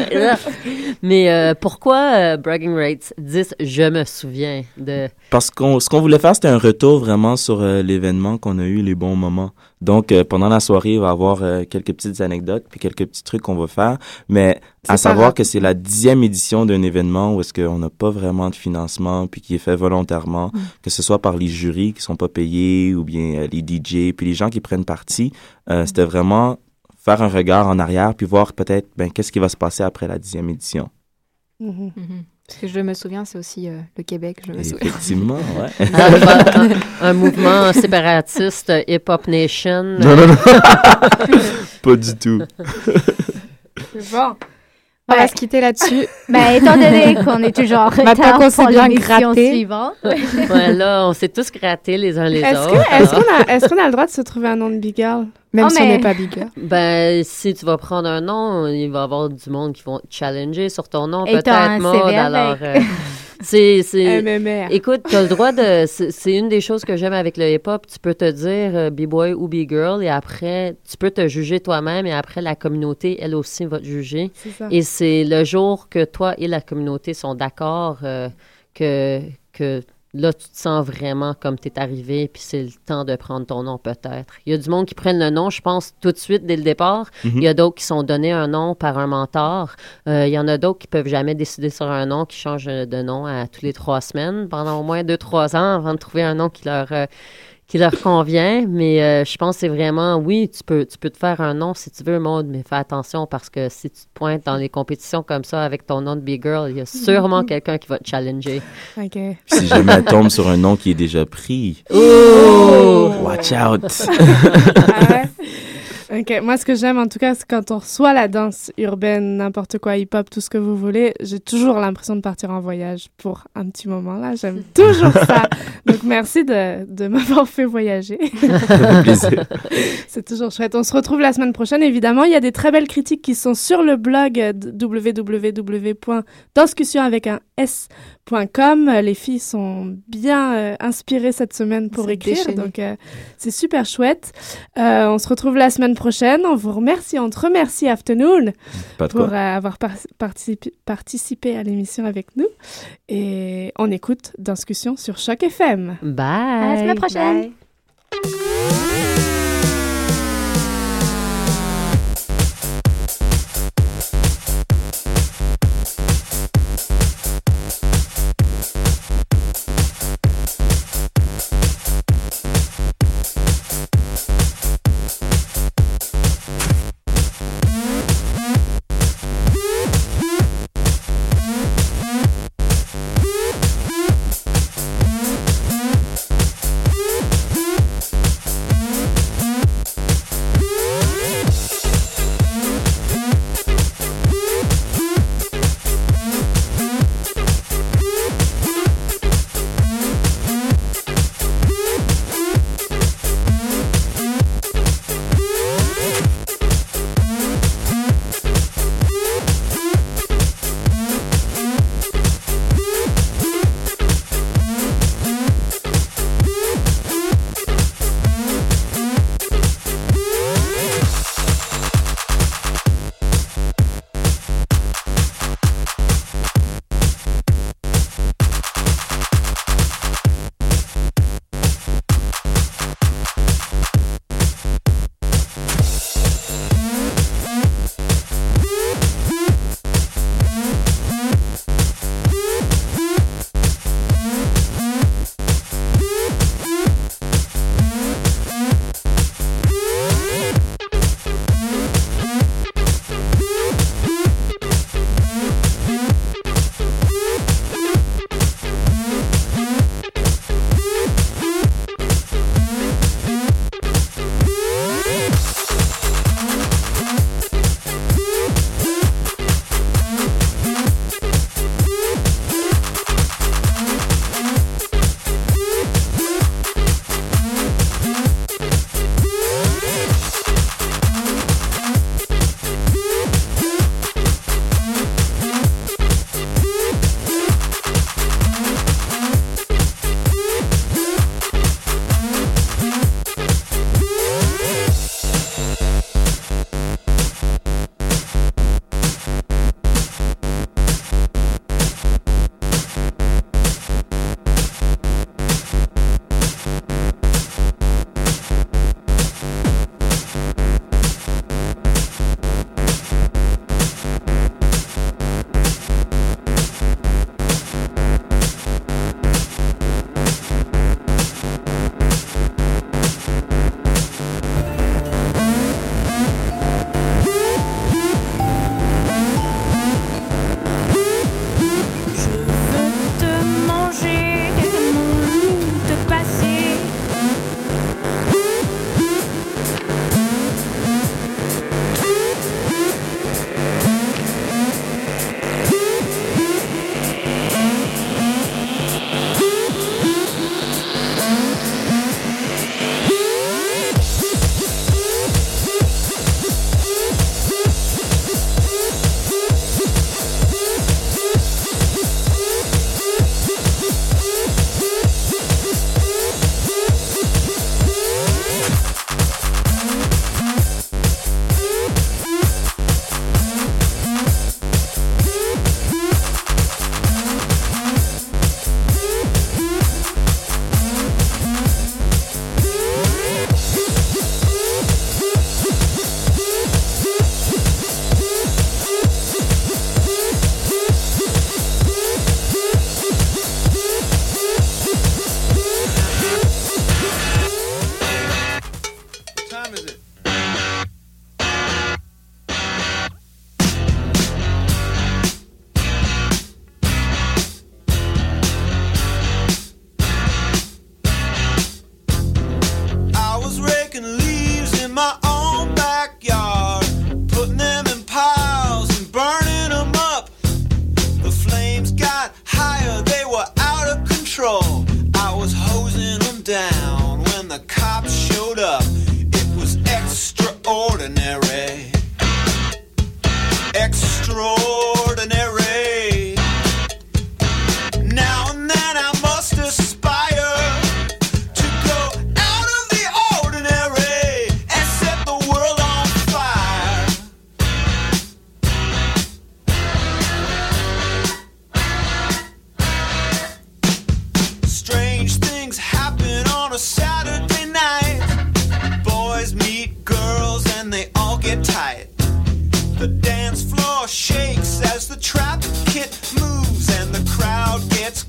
Mais euh, pourquoi euh, Bragging Rights dix, je me souviens de... Parce qu'on, ce qu'on voulait faire, c'était un retour vraiment sur euh, l'événement qu'on a eu, les bons moments. Donc, euh, pendant la soirée, il va y avoir euh, quelques petites anecdotes puis quelques petits trucs qu'on va faire. Mais C'est à pas savoir grave. que c'est la dixième édition d'un événement où est-ce qu'on n'a pas vraiment de financement puis qui est fait volontairement, que ce soit par les jurys qui sont pas payés ou bien euh, les D J puis les gens qui prennent partie. Euh, C'était vraiment faire un regard en arrière puis voir peut-être ben qu'est-ce qui va se passer après la dixième édition. Mhm. Mhm. Parce que je me souviens, c'est aussi euh, le Québec, je me souviens. Effectivement, ouais. Ah, bah, un, un mouvement séparatiste, Hip Hop Nation. Non, non, non. Pas du tout. C'est bon. On va Ouais. se quitter là-dessus. Ben, étant donné qu'on est toujours en Maintenant retard qu'on s'est pour bien l'émission gratté. suivante. Ouais, là, on s'est tous grattés les uns les Est-ce autres. que- est-ce qu'on a, est-ce qu'on a le droit de se trouver un nom de big girl? Même Oh, si on mais- n'est pas big girl. Ben, si tu vas prendre un nom, il va y avoir du monde qui vont te challenger sur ton nom, Et t'as un peut-être, C V Maud. avec. Alors, euh, c'est... c'est... M M R. Écoute, tu as le droit de... C'est c'est une des choses que j'aime avec le hip-hop. Tu peux te dire euh, B-boy ou B-girl et après, tu peux te juger toi-même et après, la communauté, elle aussi, va te juger. C'est ça. Et c'est le jour que toi et la communauté sont d'accord euh, que, que là, tu te sens vraiment comme tu es arrivé, puis c'est le temps de prendre ton nom peut-être. Il y a du monde qui prennent le nom, je pense, tout de suite, dès le départ. Mhm. Il y a d'autres qui sont donnés un nom par un mentor. Euh, il y en a d'autres qui peuvent jamais décider sur un nom, qui changent de nom à tous les trois semaines, pendant au moins deux, trois ans, avant de trouver un nom qui leur... euh, qui leur convient, mais euh, je pense que c'est vraiment, oui, tu peux, tu peux te faire un nom si tu veux, Maud, mais fais attention parce que si tu te pointes dans les compétitions comme ça avec ton nom de big girl, il y a sûrement quelqu'un qui va te challenger. OK. Puis si jamais elle tombe sur un nom qui est déjà pris, Oh! watch out. Ah ouais? OK. Moi, ce que j'aime, en tout cas, c'est quand on reçoit la danse urbaine, n'importe quoi, hip-hop, tout ce que vous voulez, j'ai toujours l'impression de partir en voyage pour un petit moment, là. J'aime toujours ça. Donc, merci de, de m'avoir fait voyager. Plaisir. C'est toujours chouette. On se retrouve la semaine prochaine, évidemment. Il y a des très belles critiques qui sont sur le blog euh, w w w point danscussion avec un s point com. Les filles sont bien euh, inspirées cette semaine pour C'est écrire, déchaîné. donc euh, c'est super chouette. Euh, on se retrouve la semaine prochaine. On vous remercie, on te remercie Afternoon Pas de pour quoi. euh, avoir par- participé, participé à l'émission avec nous. Et on écoute Danscussion sur Choc F M. Bye! À la semaine prochaine. Bye.